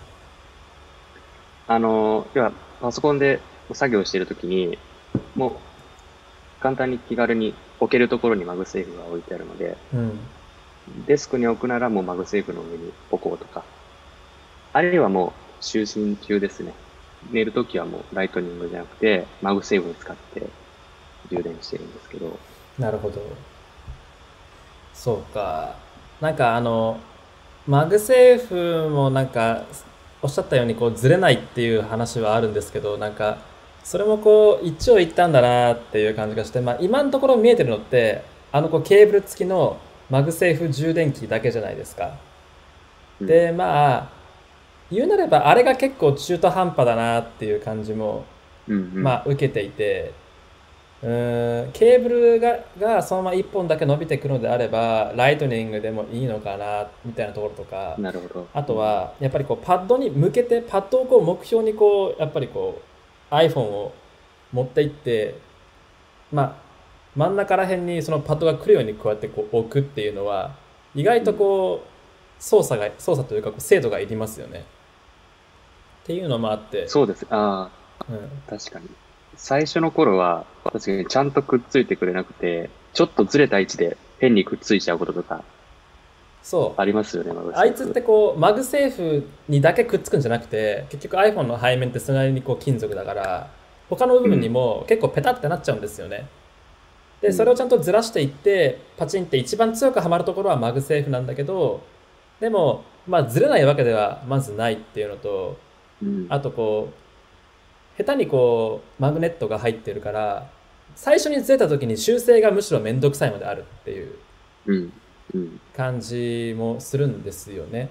要はパソコンで作業しているときに、もう簡単に気軽に置けるところにマグセーフが置いてあるので、 うん。 デスクに置くならもうマグセーフの上に置こうとか、あるいはもう就寝中ですね。寝るときはもうライトニングじゃなくて、マグセーフを使って充電してるんですけど。 なるほど。そうか。なんかマグセーフもなんか、おっしゃったようにこうずれないっていう話はあるんですけど、なんか、それもこう一長一短だなっていう感じがして、まあ今のところ見えてるのって、こうケーブル付きのマグセーフ充電器だけじゃないですか。 うん。 で、まあ、言うなればあれが結構中途半端だなっていう感じも、 うんうん。 まあ受けていて、ケーブルがそのまま1本だけ伸びてくるのであれば、ライトニングでもいいのかな、みたいなところとか、 なるほど。 あとうん。 は、やっぱりこう、パッドに向けて、パッドをこう、目標にこう、やっぱりこう、iPhone を持っていって、まあ、真ん中ら辺にそのパッドが来るようにこうやってこう置くっていうのは、意外とうん。 こう、操作というか、こう精度がいりますよね。っていうのもあって、 そうです。あうん。 あ、確かに。最初の頃は、確かにちゃんとくっついてくれなくて、ちょっとずれた位置でペンにくっついちゃうこととかそう。 ありますよね、マグあいつっセーフ。 てこう、マグセーフにだけくっつくんじゃなくて、結局 iPhone の背面ってそれなりにこう金属だから、 他の部分にも結構ペタってなっちゃうんですよね。でそれをちゃんとずらしていってパチンって一番強くはまるところはマグセーフなんだけど、でもまあずれないわけではまずないっていうのと、 うん。 あとこう下手にこうマグネットが入ってるから最初にずれた時に修正がむしろめんどくさいまであるっていううん。うん。 感じもするんですよね。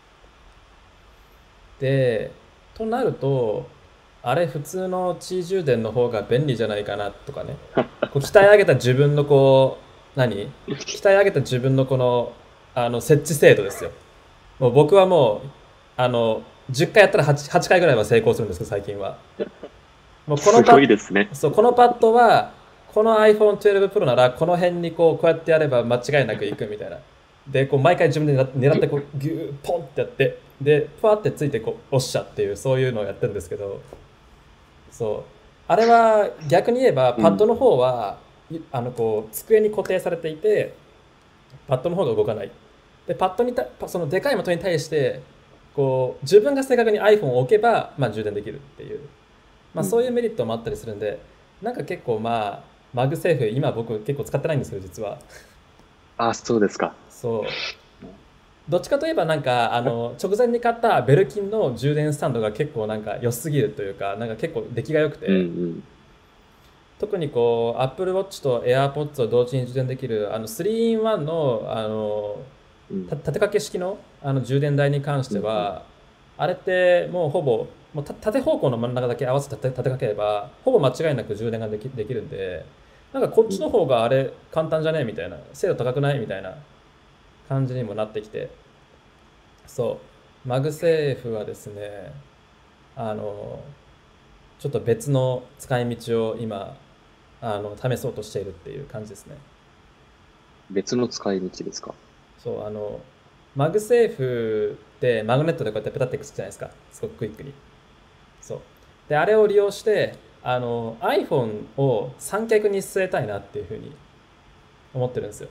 でとなるとあれ普通の地位充電の方が便利じゃないかなとかね、こう鍛え上げた自分のこう鍛え上げた自分のこの設置精度ですよ。もう僕はもう10回やったら8回ぐらいは成功するんですけど最近は。もうすごいですね。 このパッドはこの iPhone 12 Pro ならこの辺にこうやってやれば間違いなくいくみたいな。でこう毎回自分で狙ってこうギューポンってやってでパーってついてこう押しちゃっていうそういうのをやってるんですけど、そうあれは逆に言えばうん。 パッドの方はいこう机に固定されていてパッドの方が動かない。でパッドにそのでかい的に対してこう自分が正確に iPhone を置けば、まあ、充電できるっていう、まあ、そういううん。 メリットもあったりするんで、なんか結構まあマグセーフ今僕結構使ってないんですよ実は。 あ、そうですか。 そうどっちかといえばなんか直前に買ったベルキンの充電スタンドが結構なんか良すぎるというか、なんか結構出来が良くうん。うて、 ん。 特にこう Apple Watch と AirPods を同時に充電できる3-in-1のうん。 立てかけ式の充電台に関しうん。 ては、あれってもうほぼもう縦方向の真ん中だけ合わせて立てかければほぼ間違いなく充電ができるんで、なんかこっうん。 ちの方があれ簡単じゃねえみたいな、精度高くないみたいな感じにもなってきて、そうマグセーフはですね、あのちょっと別の使い道を今試そうとしているっていう感じですね。 別の使い道ですか？ そうマグセーフってマグネットでこうやってペタってくっつくじゃないですか、すごくクイックに。そうであれを利用してiPhone を三脚に据えたいなっていうふうに思ってるんですよ。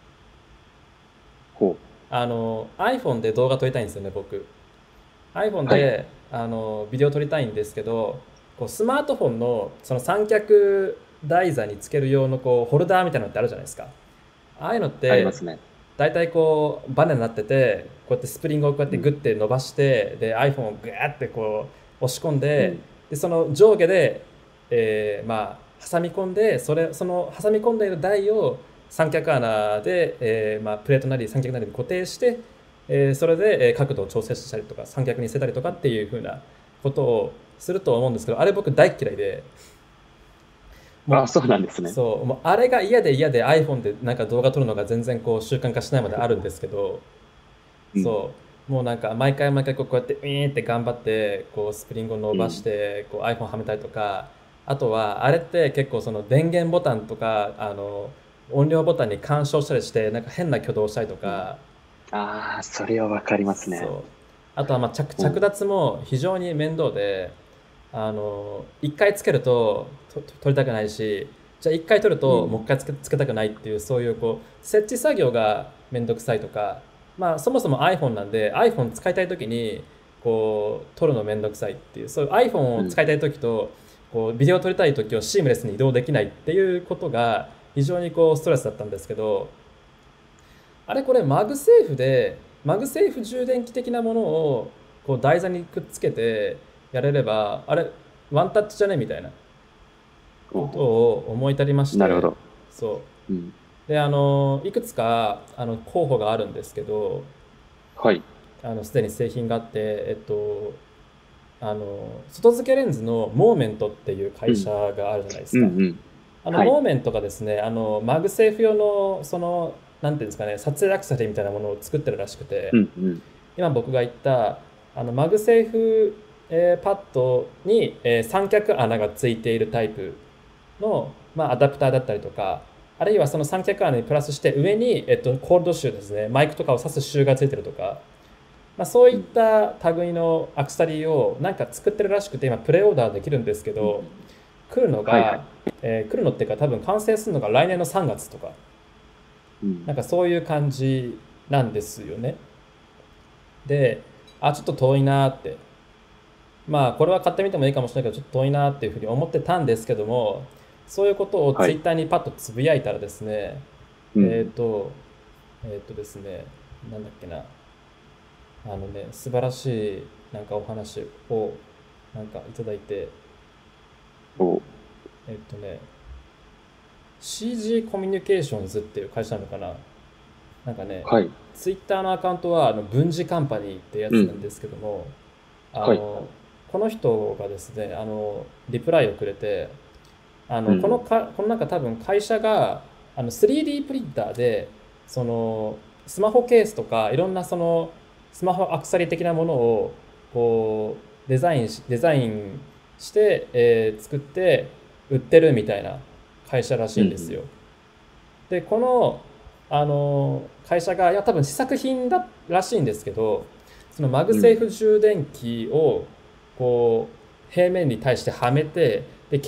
ほう。 iPhone で動画撮りたいんですよね僕。 iPhone はい。 でビデオ撮りたいんですけど、こうスマートフォンのその三脚台座につける用のこうホルダーみたいなのってあるじゃないですか。ああいうのってありますね。 大体こうバネになってて、こうやってスプリングをこうやってグうん。 ッて伸ばして、で iPhone をグーってこう押し込んで、 うん。 でその上下で、まあ挟み込んで、その挟み込んでいる台を三脚穴で、まあ、プレートなり三脚なりに固定して、それで角度を調整したりとか三脚にせたりとかっていう風なことをすると思うんですけど、あれ僕大っ嫌いで、 あ、 もそうなんですね。 もうあれが嫌で嫌で iPhone でなんか動画撮るのが全然こう習慣化しないまであるんですけど、 うん。 もうなんか毎回毎回こうやってウィーンって頑張ってこうスプリングを伸ばしうん。 てこう iPhone はめたりとか、あとはあれって結構その電源ボタンとか音量ボタンに干渉したりしてなんか変な挙動をしたりとうん。 か、 ああ、それはわかりますね。 そうあとはまあ着うん。 脱も非常に面倒で、一回つけると取りたくないし、じゃあ一回取るうん。 ともう一回つけたくないっていう、そういうこう設置作業がめんどくさいとか、まあそもそも iPhone なんで iPhone 使いたい時にこう取るのめんどくさいっていう、そういう iPhone うん。 を使いたい時とこうビデオ撮りたい時をシームレスに移動できないっていうことが非常にこうストレスだったんですけど、あれこれマグセーフ充電器的なものをこう台座にくっつけてやれればあれワンタッチじゃねみたいなことおを思い至りまして、 なるほど。 そううん。 でいくつか候補があるんですけど、 はい。 すでに製品があって、外付けレンズのモーメントっていう会うん。 社があるじゃないですか。 うん。うん。はい。 モーメントがですね、マグセーフ用のそのなんていうんですかね、撮影アクセサリーみたいなものを作ってるらしくて、 うん。うん。 今僕が言ったマグセーフ、パッドに、三脚穴がついているタイプの、まあ、アダプターだったりとか、あるいはその三脚穴にプラスして上に、コールドシューですね、マイクとかを挿すシューがついてるとか、まあ、そういっうん。 た類のアクセサリーをなんか作ってるらしくて今プレオーダーできるんですけうん。 ど、来るのはいはい。 が、来るのっていうか多分完成するのが来年の3月とか、 うん。 なんかそういう感じなんですよね。で、ちょっと遠いなーってまあこれは買ってみてもいいかもしれないけどちょっと遠いなっていうふうに思ってたんですけども、そういうことをはい。 ツイッターにパッとつぶやいたらですね、 うん。 えっと、ですね、なんだっけな、素晴らしいなんかお話をなんかいただいて、 お、 えっとね、CG コミュニケーションズっていう会社なのかな。なんかね、 はい。 ツイッターのアカウントは分児カンパニーってやうん。 つなんですけども、あはい。 の、この人がですね、リプライをくれて、 うん。 このなんか多分会社が3D プリンターでそのスマホケースとかいろんなそのスマホアクセサリー的なものをこうデザインして、作って売ってるみたいな会社らしうん。 いんですよ。でこの、会社がいや多分試作品だらしいんですけど、そのマグうん。 セーフ充電器をこう平面に対してはめて、で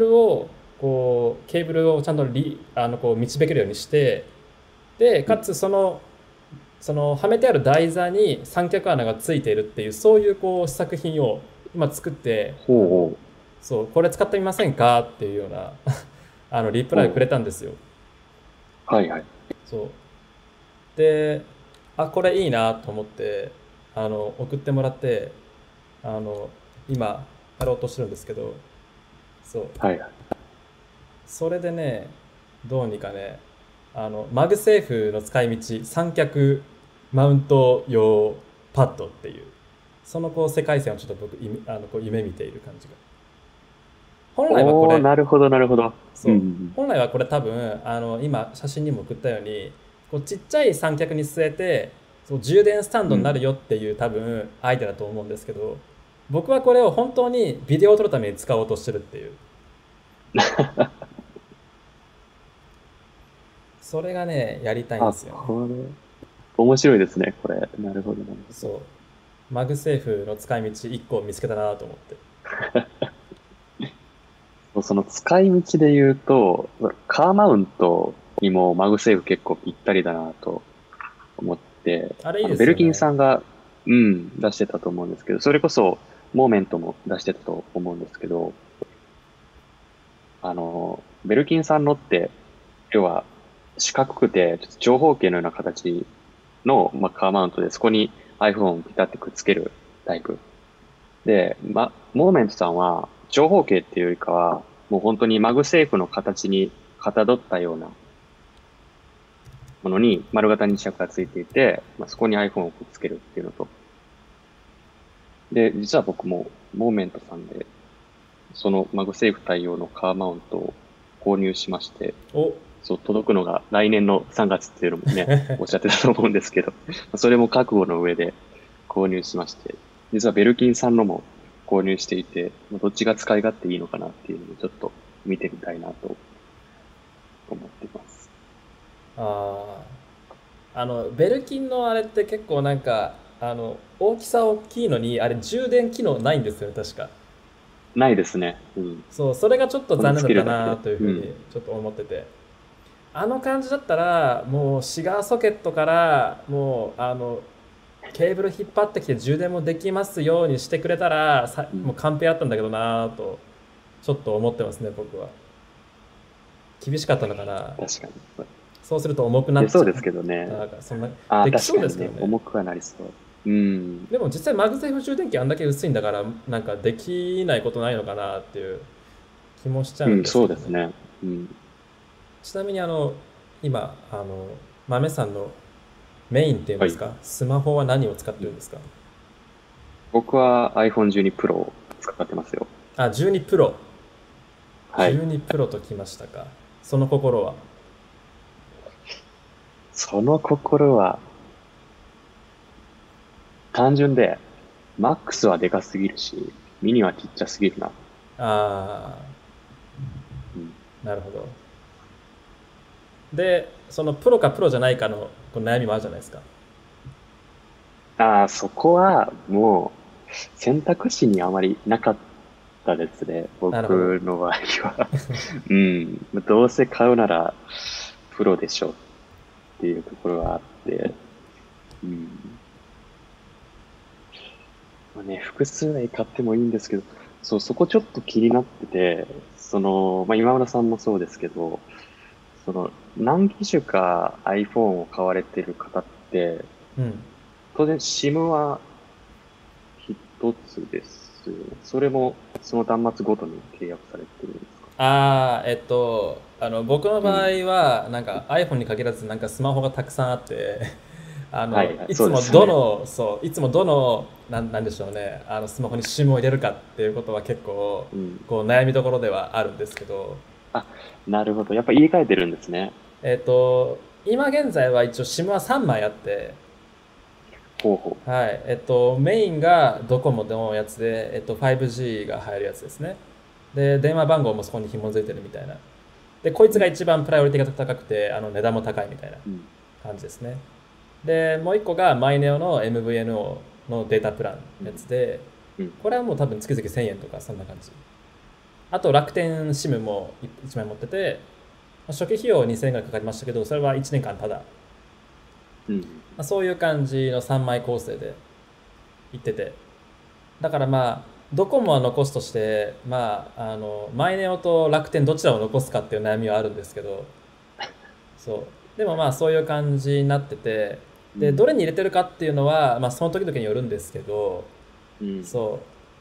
ケーブルをちゃんとこう導けるようにして、でかうん。 つそのはめてある台座に三脚穴がついているっていう、そういうこう試作品を今作って、 ほうほう。 そうこれ使ってみませんかっていうようなリプライをくれほう。 たんですよ。 はいはい。 そうで、これいいなと思って、送ってもらって、あの、今、やろうとしてるんですけど、そう。 はいはい。 それでね、どうにかね、マグセーフの使い道、三脚マウント用パッドっていう、そのこう世界線をちょっと僕、こう夢見ている感じが。本来はこおー、 れ、 なるほど、なるほど。うん。うそう。 ん。 本来はこれ多分、今写真にも送ったように、こうちっちゃい三脚に据えて、そう充電スタンドになるうん。 よっていう多分アイデアだと思うんですけど、僕はこれを本当にビデオを撮るために使おうとしてるっていう。それがね、やりたいんであ、 すよね。 これ、面白いですね、これ。なるほど、なるほど。 そう。マグセーフの使い道1個見つけたなと思って。 その使い道で言うと、カーマウントにもマグセーフ結構ぴったりだなと思って、 あれいいでベルキンすよね。 さんが、うん、出してたと思うんですけど、それこそ、モーメントも出してたと思うんですけど、ベルキンさんのって、要は、四角くて、ちょっと長方形のような形の、まあ、カーマウントで、そこに iPhone をピタってくっつけるタイプ。で、モーメントさんは、長方形っていうよりかは、もう本当にマグセーフの形にかたどったようなものに丸型に尺がついていて、まあ、そこに iPhone をくっつけるっていうのと。で、実は僕も、モーメントさんで、そのマグセーフ対応のカーマウントを購入しまして、 お、 そう、届くのが来年の3月っていうのもね、おっしゃってたと思うんですけど、それも覚悟の上で購入しまして、実はベルキンさんのも購入していて、どっちが使い勝手いいのかなっていうのをちょっと見てみたいなと思っています。 あベルキンのあれって結構なんか、大きさ大きいのに、あれ充電機能ないんですよね、確か。 ないですね。うん。 そう、それがちょっとほんとつ残念だったけるだけで。 なというふううん。 にちょっと思ってて。あの感じだったら、もうシガーソケットから、もう、ケーブル引っ張ってきて充電もできますようにしてくれたら、 うん。 もう完璧だったんだけどなと、ちょっと思ってますね、僕は。厳しかったのかな。 確かに。 そうすると重くな出っちゃう。 そうですけどね。 なんか、そんな、 ああ、 できそう確かにね、 ですけどね。 重くはなりそう。うん。 でも実際マグセーフ充電器あんだけ薄いんだから、なんかできないことないのかなっていう気もしちゃうんうん、 ですけどね。 そうですね。うん。 ちなみに今、豆さんのメインっていうんはい。 ですか、スマホは何を使っうん、 てるんですか？ 僕は iPhone 12 Pro を使ってますよ。 あ、12プロ。 はい。 12プロときましたか。その心は？ その心は単純で、マックスはでかすぎるし、ミニはちっちゃすぎるな。 あうん、 ー、なるほど。で、そのプロかプロじゃないかのこの悩みもあるじゃないですか。 ああ、そこはもう選択肢にあまりなかったですね。 なるほど。 僕の場合は。うん。どうせ買うならプロでしょっていうところはあって。うん。 まあね、複数台買ってもいいんですけど、そう、そこちょっと気になってて、まあ、今村さんもそうですけど、何機種か iPhone を買われてる方って、 うん。 当然 SIM は一つですよね。それも、その端末ごとに契約されてるんですか？ 僕の場合うん。 は、なんか iPhone に限らず、なんかスマホがたくさんあって、 はいはい、 いつもそうですよね。 いつもどの、なんでしょうね、スマホに SIM を入れるかっていうことは結構、 うん。 こう悩みどころではあるんですけど、 あ、なるほど。やっぱ言い換えてるんですね。 今現在は一応 SIM は3枚あって、 ほうほはい、メインがドコモのやつで、5G が入るやつですね。で、電話番号もそこに紐づいてるみたいな。で、こいう。うん。 つが一番プライオリティが高くて、値段も高いみたいなうん。 感じですね。で、もう一個がマイネオの MVNO のデータプランのやうん。 つで、 うん。 これはもう多分月々1000円とかそんな感じ。あと楽天 SIM も1枚持ってて、初期費用2000円ぐらいかかりましたけど、それは1年間ただ。 うん。 そういう感じの3枚構成で行ってて。だからまあ、ドコモは残すとして、まあ、マイネオと楽天どちらを残すかっていう悩みはあるんですけど、そう。でもまあそういう感じになってて、で、どうん。 れに入れてるかっていうのは、まあその時々によるんですけど、 うん。 そう。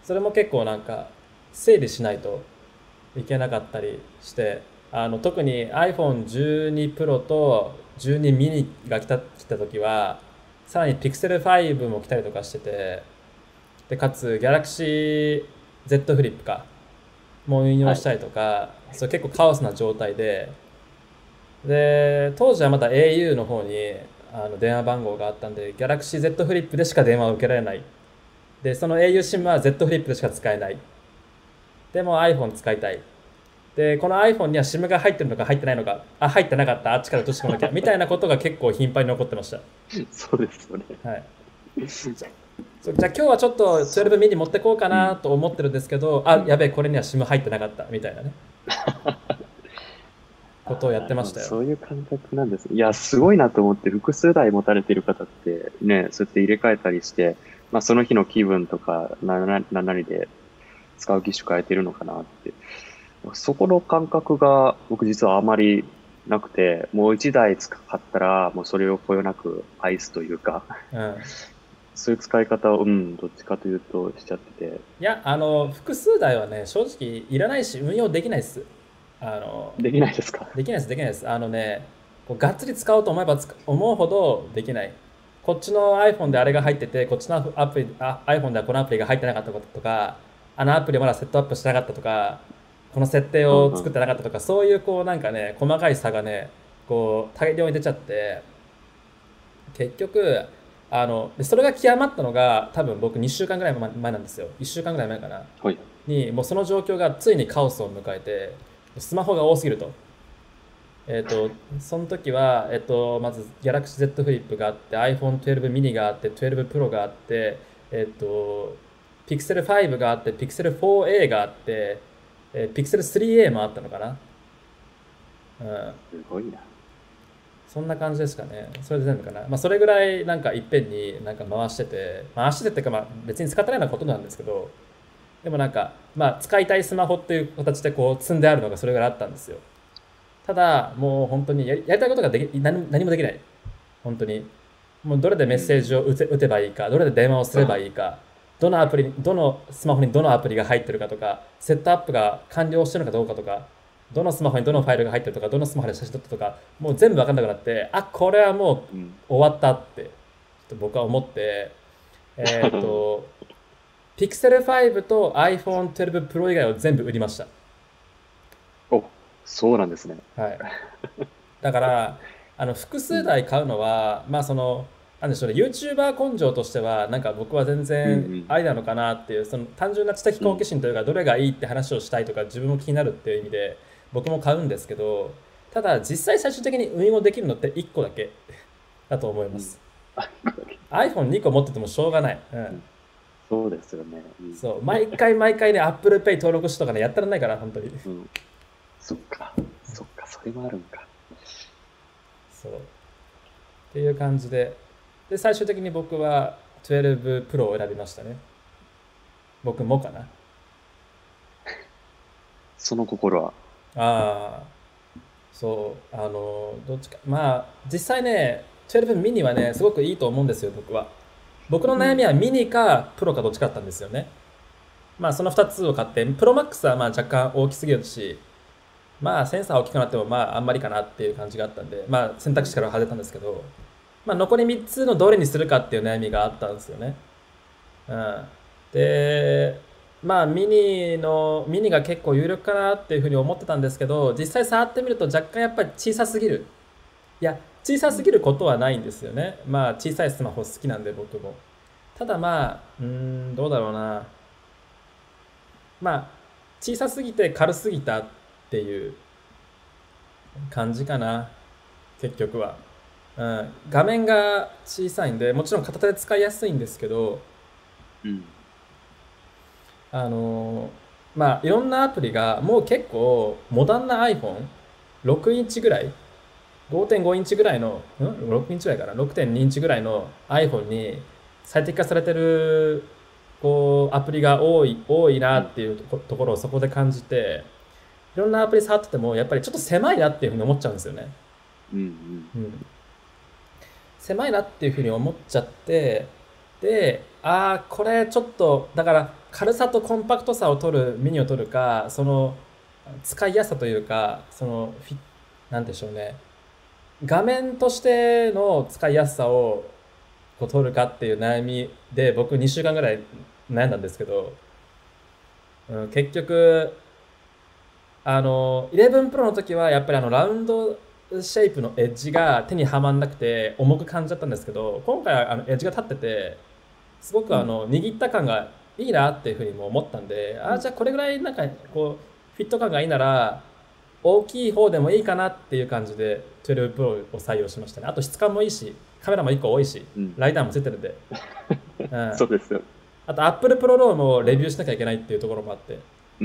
それも結構なんか、整理しないといけなかったりして、特に iPhone12 Pro と12 mini が来た時は、さらに Pixel 5も来たりとかしてて、で、かつ Galaxy Z フリップか、も運はい。 用したりとか、そう結構カオスな状態で、で、当時はまだ au の方に電話番号があったんで、Galaxy Z フリップでしか電話を受けられない。で、その au SIM は Z フリップでしか使えない。でも iPhone 使いたい。で、この iPhone には SIM が入ってるのか入ってないのか、あ、入ってなかった、あっちから落としてこなきゃ、みたいなことが結構頻繁に起こってました。 そうですよね。 はい。じゃじゃあ今日はちょっと12ミニ持ってこうかうん。 なと思ってるんですけど、あ、 うん。 やべえ、これには SIM 入ってなかった、みたいなね、ことをああ、 やっなるほど。 てましたよ。 そういう感覚なんですね。いや、すごいなと思って、複数台持たれてる方ってね、そうやって入れ替えたりして、まあその日の気分とか、何なりで使う機種変えてるのかなって。そこの感覚が僕実はあまりなくて、もう一台使ったら、もうそれをこよなく愛すというか、 うん。 そういう使い方を、うん、どっちかというとしちゃってて、 いや、複数台はね、正直いらないし、運用できないです。あの、 できないですか？ できないです、できないです。こうがっつり使おうと思えば思うほどできない。こっちの iPhone であれが入ってて、こっちのアプリ、iPhone ではこのアプリが入ってなかったこととか、あのアプリまだセットアップしてなかったとか、この設定うんうん。 を作ってなかったとか、そういうこうなんかね、細かい差がね、こう大量に出ちゃって、結局、でそれが極まったのが、多分僕2週間ぐらい前なんですよ。1週間ぐらい前かな。 はい。 に、もうその状況がついにカオスを迎えて、スマホが多すぎると。その時は、まず Galaxy Z フリップがあって、iPhone 12 mini があって、12 Pro があって、Pixel 5があって、Pixel 4a があって、Pixel 3a もあったのかな。うん。 すごいな。 そんな感じですかね。それで全部かな。まあ、それぐらいなんかいっぺんになんか回しててっていうか、まあ別に使ってないのはほとんどなんですけど、でもなんか、まあ使いたいスマホっていう形でこう積んであるのがそれぐらいあったんですよ。ただ、もう本当にやりたいことが何もできない。本当に。もうどれでうメッセージをん。 打てばいいか、どれで電話をすればいいか、どのスマホにどのアプリが入ってるかとか、セットアップが完了してるのかどうかとか、どのスマホにどのファイルが入ってるとか、どのスマホで写真撮ったとか、もう全部わかんなくなって、あ、これはもううん。 終わったって、ちょっと僕は思って、えっ、と、Pixel 5と iPhone 12 Pro 以外を全部売りました。 お、そうなんですね。 はい。だから、複うん。 数台買うのは、まあなんでしょうね、YouTuber 根性としては、なんか僕は全うんう然あん。 りなのかなっていう、その単純な知的好奇うん。 心というか、どれがいいって話をしたいとか、自分も気になるっていう意味で、僕も買うんですけど、ただ実際最終的に運用できるのって1個だけだと思いうん。 ます。 あ、 iPhone2 個持っててもしょうがない。うん。 うん。そうですよね。うん。 そう。毎回毎回ね、Apple Pay 登録しとかね、やったらないから、本当に。 うん。そっか。そっか。それもあるんか。 そう。っていう感じで、で、最終的に僕は12 Pro を選びましたね。 僕もかな。 その心は。 ああ、そう、どっちか。まあ、実際ね、12ミニはね、すごくいいと思うんですよ、僕は。僕のうん。 悩みはミニかプロかどっちかだったんですよね。まあ、その2つを買って、プロマックスはまあ若干大きすぎるし、まあ、センサー大きくなってもまあ、あんまりかなっていう感じがあったんで、まあ、選うん。 択肢から外れたんですけど、まあ、残り3つのどれにするかっていう悩みがあったんですよね。うん。で、まあ、ミニが結構有力かなっていうふうに思ってたんですけど、実際触ってみると若干やっぱり小さすぎる。いや、小さうん。 すぎることはないんですよね。まあ、小さいスマホ好きなんで僕も。ただまあ、どうだろうな。まあ、小さすぎて軽すぎたっていう感じかな。結局は。うん。画面が小さいんで、もちろん片手で使いやすいんですけど、 うん。 あのまあいろんなアプリがもう結構モダンな iPhone6 インチぐらい、5.5インチぐらいの6インチぐらいかな、6.2インチぐらいの iPhone に最適化されてるこうアプリが多いなうん。 っていうところをそこで感じて、いろんなアプリ触っててもやっぱりちょっと狭いなっていうふうに思っちゃうんですよね。 うん。 うん、狭いなっていうふうに思っちゃって、で、これちょっとだから軽さとコンパクトさを取るミニを取るか、その使いやすさというか、そのなんでしょうね、画面としての使いやすさをこう取るかっていう悩みで僕2週間ぐらい悩んだんですけど、結局11 Pro の時はやっぱりラウンドシェイプのエッジが手にはまんなくて重く感じちゃったんですけど、今回はエッジが立っててすごくうん。 握った感がいいなっていうふうにも思ったんで、 うん。 じゃあこれぐらいなんかこうフィット感がいいなら大きい方でもいいかなっていう感じで12 Pro を採用しましたね。あと質感もいいし、カメラも1個多いし、 うん。 ライターもついてるんで、うん、 そうですよ。 あと Apple Pro RAW もうん。 レビューしなきゃいけないっていうところもあって、 うん。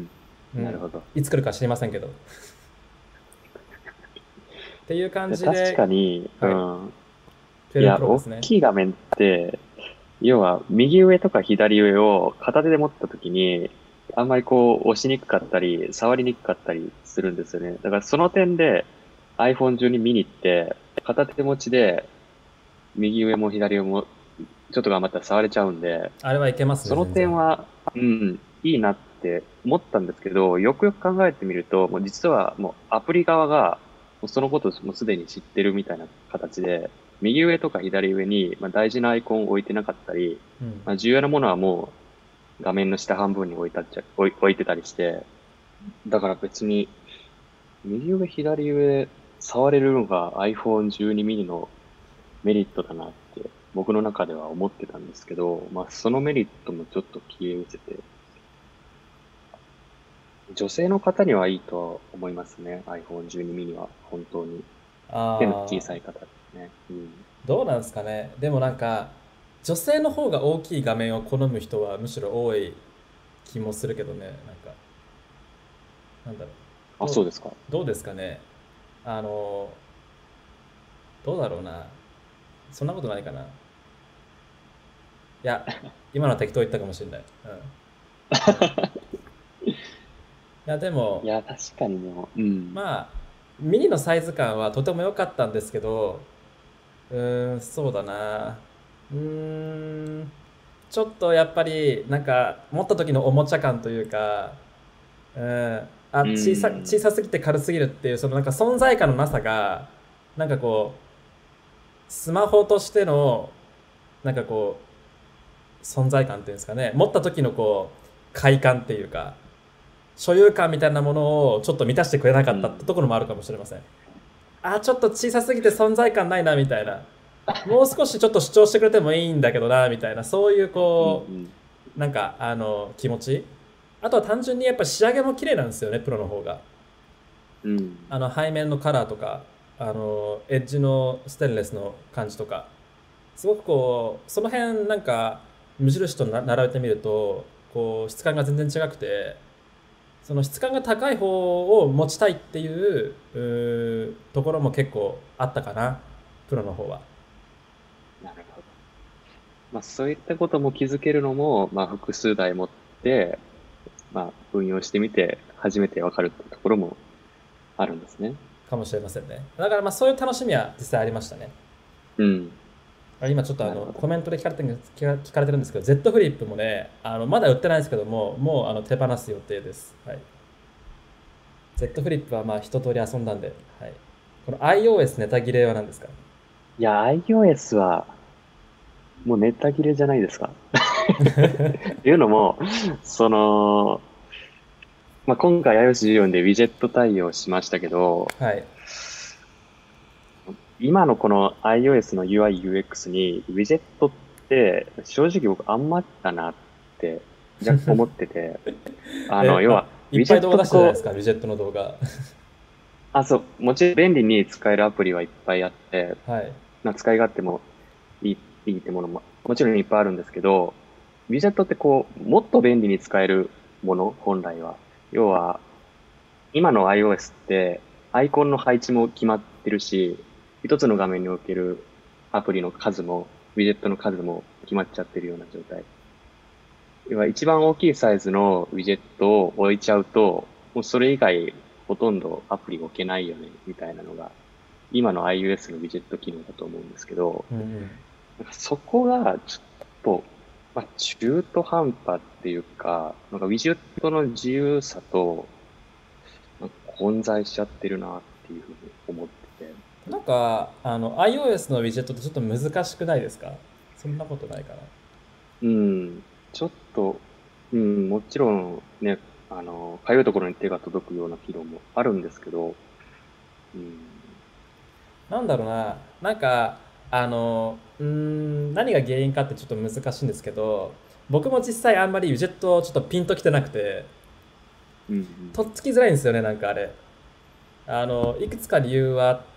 うん、 なるほど。 いつ来るか知りませんけどっていう感で確かじで、 に、うはい、 ん。い 12 や、 Pro で大すね。 きい画面って、要は右上とか左上を片手で持った時に、あんまりこう押しにくかったり、触りにくかったりするんですよね。だからその点で iPhone12 mini って片手持ちで右上も左上もちょっと頑張ったら触れちゃうんで、 あれはいけますね、 その全然。 点は、うん、いいなって思ったんですけど、よくよく考えてみると、もう実はもうアプリ側が、もうそのことをもうすでに知ってるみたいな形で、右上とか左上に、まあ、大事なアイコンを置いてなかったり、 うん。 まあ、重要なものはもう画面の下半分に置いてたりして、だから別に右上左上触れるのが iPhone12 mini のメリットだなって僕の中では思ってたんですけど、まあそのメリットもちょっと消え失せて、女性の方にはいいとは思いますね。iPhone12 mini は本当に。手の小さいあ方ですね。うん。 どうなんですかね。でもなんか、女性の方が大きい画面を好む人はむしろ多い気もするけどね。なんか、なんだろう。 あ、そうですか。 どうですかね。あの、どうだろうな。そんなことないかな。いや、今のは適当言ったかもしれない。うん。うん。いや、でも、 いや、確かにもう、うん。 まあ、ミニのサイズ感はとても良かったんですけど、そうだな。うーん、ちょっとやっぱり、なんか、持った時のおもちゃ感というか、 う小ん。 さすぎて軽すぎるっていう、そのなんか存在感のなさが、なんかこう、スマホとしての、なんかこう、存在感っていうんですかね、持った時のこう、快感っていうか、所有感みたいなものをちょっと満たしてくれなかったってうん。 ところもあるかもしれません。ちょっと小さすぎて存在感ないな、みたいな。もう少しちょっと主張してくれてもいいんだけどな、みたいな、そういううん。うこん。 う、なんか、気持ち。あとは単純にやっぱ仕上げも綺麗なんですよね、プロの方が。 うん。 背面のカラーとか、エッジのステンレスの感じとか、すごくこう、その辺なんか、無印と並べてみると、こう、質感が全然違くて、その質感が高い方を持ちたいっていうところも結構あったかな、プロの方は。 なるほど。 そういったことも気づけるのも、複数台持って、運用してみて、初めてわかるっていうところもあるんですね。 かもしれませんね。だからそういう楽しみは実際ありましたね。 うん。 今ちょっとなるほど。 コメントで聞かれてるんですけど、Z フリップもね、まだ売ってないですけども、もう手放す予定です。はい。Z フリップは一通り遊んだんで、はい。この iOS ネタ切れは何ですか？ いや、iOS はもうネタ切れじゃないですか。っていうのも、その、今回 iOS14 でウィジェット対応しましたけど、 はい。 今のこの iOS の UI、UX にウィジェットって正直僕あんまだなって若干思ってて、要は、ウィジェッいっぱい動画トってこう、 出してるじゃないですか、ウィジェットの動画。 そう、もちろん便利に使えるアプリはいっぱいあって、 はい。 使い勝手もいい、いいってものももちろんいっぱいあるんですけど、ウィジェットってこう、もっと便利に使えるもの、本来は。要は、今の iOS ってアイコンの配置も決まってるし、一つの画面におけるアプリの数も、ウィジェットの数も決まっちゃってるような状態。要は一番大きいサイズのウィジェットを置いちゃうと、もうそれ以外ほとんどアプリ置けないよね、みたいなのが、今の iOS のウィジェット機能だと思うんですけど、 うんうん。 そこがちょっと、中途半端っていうか、ウィジェットの自由さと、混在しちゃってるなっていうふうに思ってて。 なんか、iOS のウィジェットってちょっと難しくないですか？そんなことないかな。 うん、ちょっと、もちろんね、かゆいところに手が届くような機能もあるんですけど、うん、 なんだろうな、なんか、何が原因かってちょっと難しいんですけど、僕も実際あんまりウィジェットちょっとピンときてなくて、 うん、 とっつきづらいんですよね、なんかあれ。いくつか理由はあって、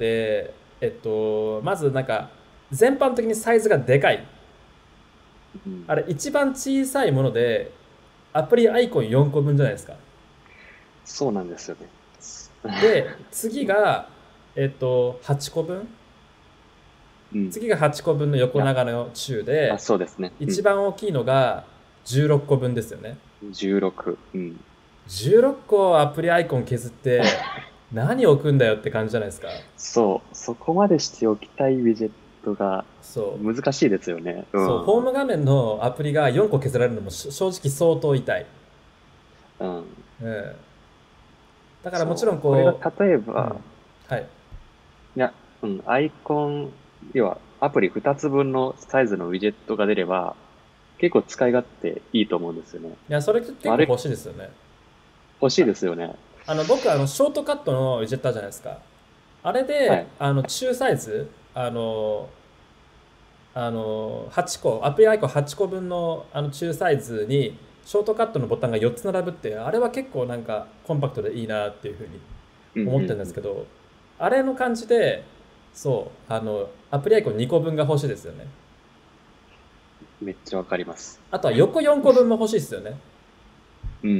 まずなんか、全般的にサイズがでかい。 うん。 あれ、一番小さいもので、アプリアイコン4個分じゃないですか。 そうなんですよね。 で、次が、8個分。 うん。 次が8個分のいや、 横長の中で、 そうですね。 一番大きいのが16個分ですよね。 16。うん。 16個アプリアイコン削って何置くんだよって感じじゃないですか。 そう、そこまでしておきたいウィジェットがそう。 難しいですよね。うそう、ホーん。 ム画面のアプリが4個削られるのも正直相当痛い。 うん。 うん。だからもちろんそう。これがこう、う例えば、 ん。はい。 いや、アイコン、要はアプリ2つ分のサイズのウィジェットが出れば、結構使い勝手いいと思うんですよね。 いや、それ結構あれ、 欲しいですよね。 欲しいですよね。 僕ショートカットのウィジェットあるじゃないですか。あれで、 はい。 中サイズ、8個、アプリアイコン8個分の中サイズに、ショートカットのボタンが4つ並ぶって、あれは結構なんかコンパクトでいいなっていうふうにうんうんう思ってるんですん。 けど、あれの感じで、そう、アプリアイコン2個分が欲しいですよね。 めっちゃわかります。 あとは横4個分も欲しいですよね。 うんうん。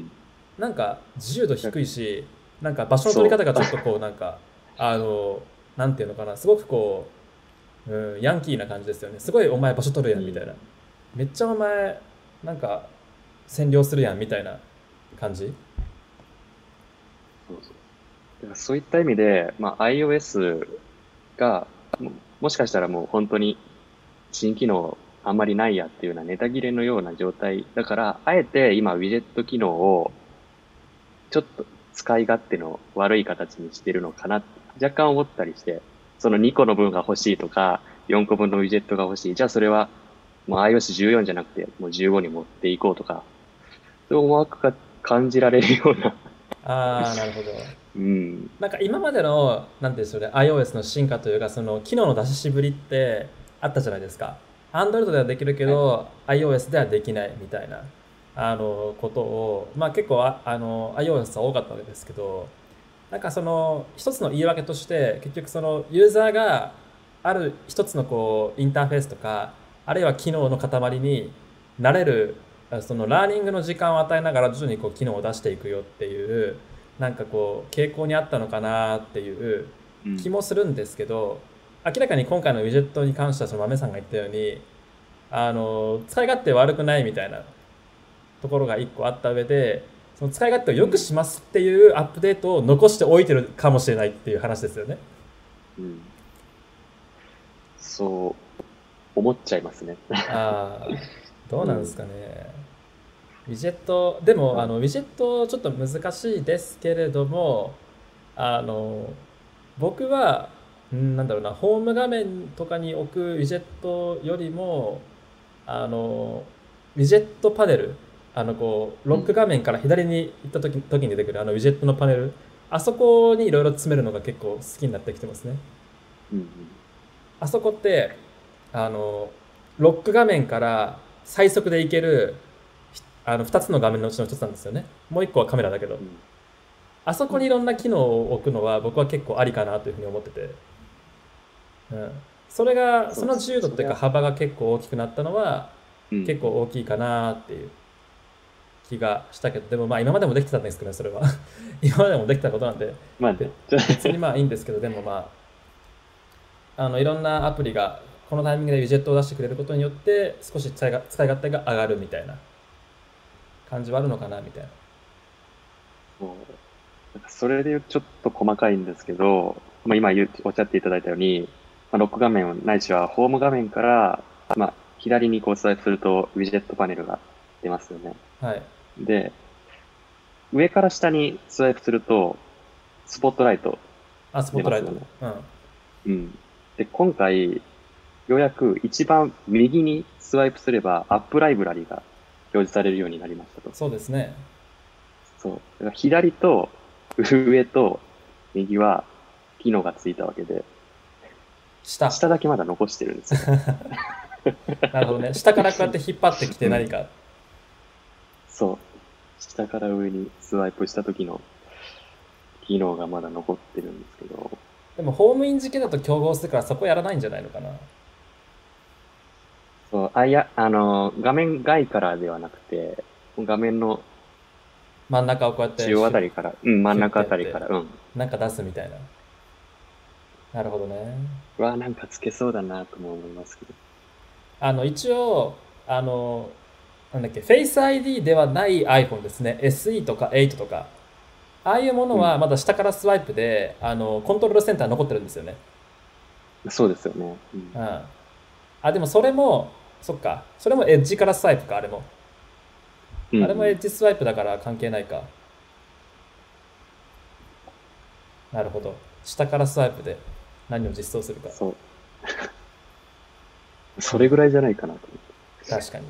なんか自由度だ低いし、なんか場所の取りそ方がちょっとこうなんか、あの、なんていうのかな、すごくこう、ヤンキーな感じですよね。すごいお前場所取るう。 やんみたいな。めっちゃお前、なんか占領するやんみたいな感じ。 そうそう。だからそういった意味で、iOS が、もしかしたらもう本当に新機能あんまりないやっていうようなネタ切れのような状態だから、あえて今ウィジェット機能をちょっと使い勝手の悪い形にしてるのかなって若干思ったりして、その2個の分が欲しいとか、4個分のウィジェットが欲しい。じゃあそれはもう iOS14 じゃなくてもう15に持っていこうとか、そういう思惑が感じられるような、 ああ、なるほど。 うん、 なんか今までの、なんていうんでしょうね、iOS の進化というか、その機能の出ししぶりってあったじゃないですか。Android ではできるけはい、 ど、iOS ではできないみたいな、ことを、結構iOS は多かったわけですけど、なんかその一つの言い訳として結局そのユーザーがある一つのこうインターフェースとかあるいは機能の塊に慣れるそのラーニングの時間を与えながら徐々にこう機能を出していくよっていうなんかこう傾向にあったのかなっていううん、 気もするんですけど明らかに今回のウィジェットに関してはその豆さんが言ったように使い勝手悪くないみたいなところが1個あった上で、その使い勝手を良くしますっていうアップデートを残しておいてるかもしれないっていう話ですよね。 うん。そう思っちゃいますね。 ああ、どうなんですかね。ウィジェット、でも、ウィジェットちょっと難しいですけれども、あの、僕は、なんだろうな、ホーム画面とかに置くウィジェットよりも、ウィジェットパネル、ロック画面から左に行った時に出てくるウィジェットのパネル、あそこにいろいろ詰めるのが結構好きになってきてますね。 うん。 あそこって、あの、ロック画面から最速でいける、2つの画面のうちの1つなんですよね。もう1個はカメラだけど。 うん。 あそこにいろんな機能を置くのは僕は結構ありかなというふうに思ってて。うん。それが、そのそうですね。 自由度っていうか幅が結構大きくなったのはうん。 結構大きいかなっていう気がしたけど、でもまあ今までもできてたんですけどね、それは。今までもできたことなんで、 まあね、 別にまあいいんですけど、でもまあ、いろんなアプリがこのタイミングでウィジェットを出してくれることによって少し使い勝手が上がるみたいな感じはあるのかなみたいな。 そうなんかそれでちょっと細かいんですけど、まあ、今おっしゃっていただいたように、まあ、ロック画面ないしはホーム画面から、まあ、左にこうスワイプするとウィジェットパネルが出ますよね。 はい。 で、上から下にスワイプすると、スポットライトあ、スポットライト。 出ますよね。 うん。 うん。で、今回、ようやく一番右にスワイプすれば、アップライブラリが表示されるようになりましたと。 そうですね。 そう。だから左と上と右は機能がついたわけで、 下。 下だけまだ残してるんですよ。 なるほどね。下からこうやって引っ張ってきてうん。 何か。 そう。下から上にスワイプした時の機能がまだ残ってるんですけど、 でもホームイン時系だと競合するからそこやらないんじゃないのかな。 そう、いや、画面外からではなくて、画面の真ん中をこうやって中央あたりから、うん、真んヒュッ中てやってあたりから、うん。 なんか出すみたいな。なるほどね。 なんかつけそうだなとも思いますけど。 一応、なんだっけ、Face ID ではない iPhone ですね。SE とか8とか。ああいうものうん。 はまだ下からスワイプで、コントロールセンター残ってるんですよね。 そうですよね。うん。 うん。あ、でもそれも、そっか。それもエッジからスワイプか、あれも。 うん、うあれもエん。 ッジスワイプだから関係ないか。なるほど。下からスワイプで何を実装するか。 そう。 うん。 それぐらいじゃないかなと思って。 確かに。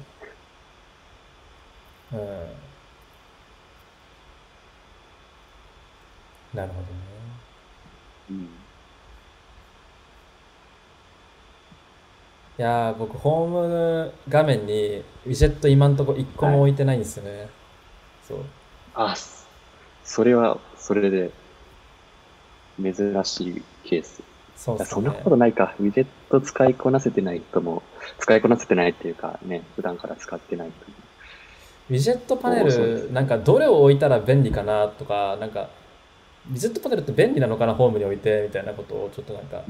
うん。なるほどね。 うん。 いやー、僕、ホーム画面にウィジェット今んとこ一個はい。 も置いてないんですよね。そう。 それは、それで珍しいケース。いそうっや、そんなこすよね。 とないか。ウィジェット使いこなせてない人も、使いこなせてないっていうかね、普段から使ってない人ウィジェットパネも多そうですル、 よね。 なんかどれを置いたら便利かなとか、なんか、ウィジェットパネルって便利なのかな、ホームに置いて、みたいなことをちょっとなんかうん。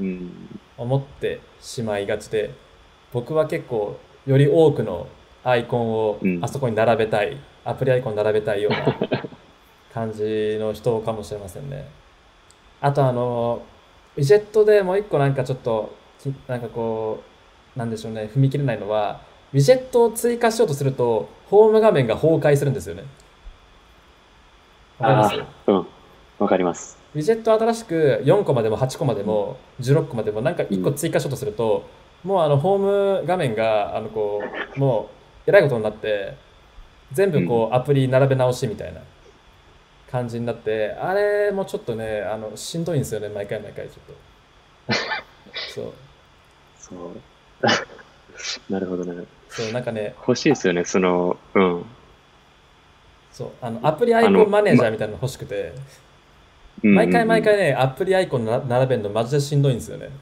思ってしまいがちで、僕は結構、より多くのアイコンをうん。 あそこに並べたい、アプリアイコン並べたいような感じの人かもしれませんね。あとウィジェットでもう一個なんかちょっと、なんかこう、なんでしょうね、踏み切れないのは、ウィジェットを追加しようとすると、ホーム画面が崩壊するんですよね。わかります？ ああ、うん。わかります。 ウィジェット新しく4コマでも8コマでうん。 も16コマでもなんか1個うん。 追加しようとすると、もうホーム画面が、もう、えらいことになって、全うん。 部こう、アプリ並べ直しみたいな感じになって、あれもちょっとね、しんどいんですよね、毎回毎回ちょっと。そう。 そう。なるほどね。 そう、なんかね、 欲しいですよね、うん。 そう、アプリアイコンマネージャーみたいなの欲しくて、 うん毎回うん毎回ね、アプリアイコン並べるのマジでしんどいんですよね。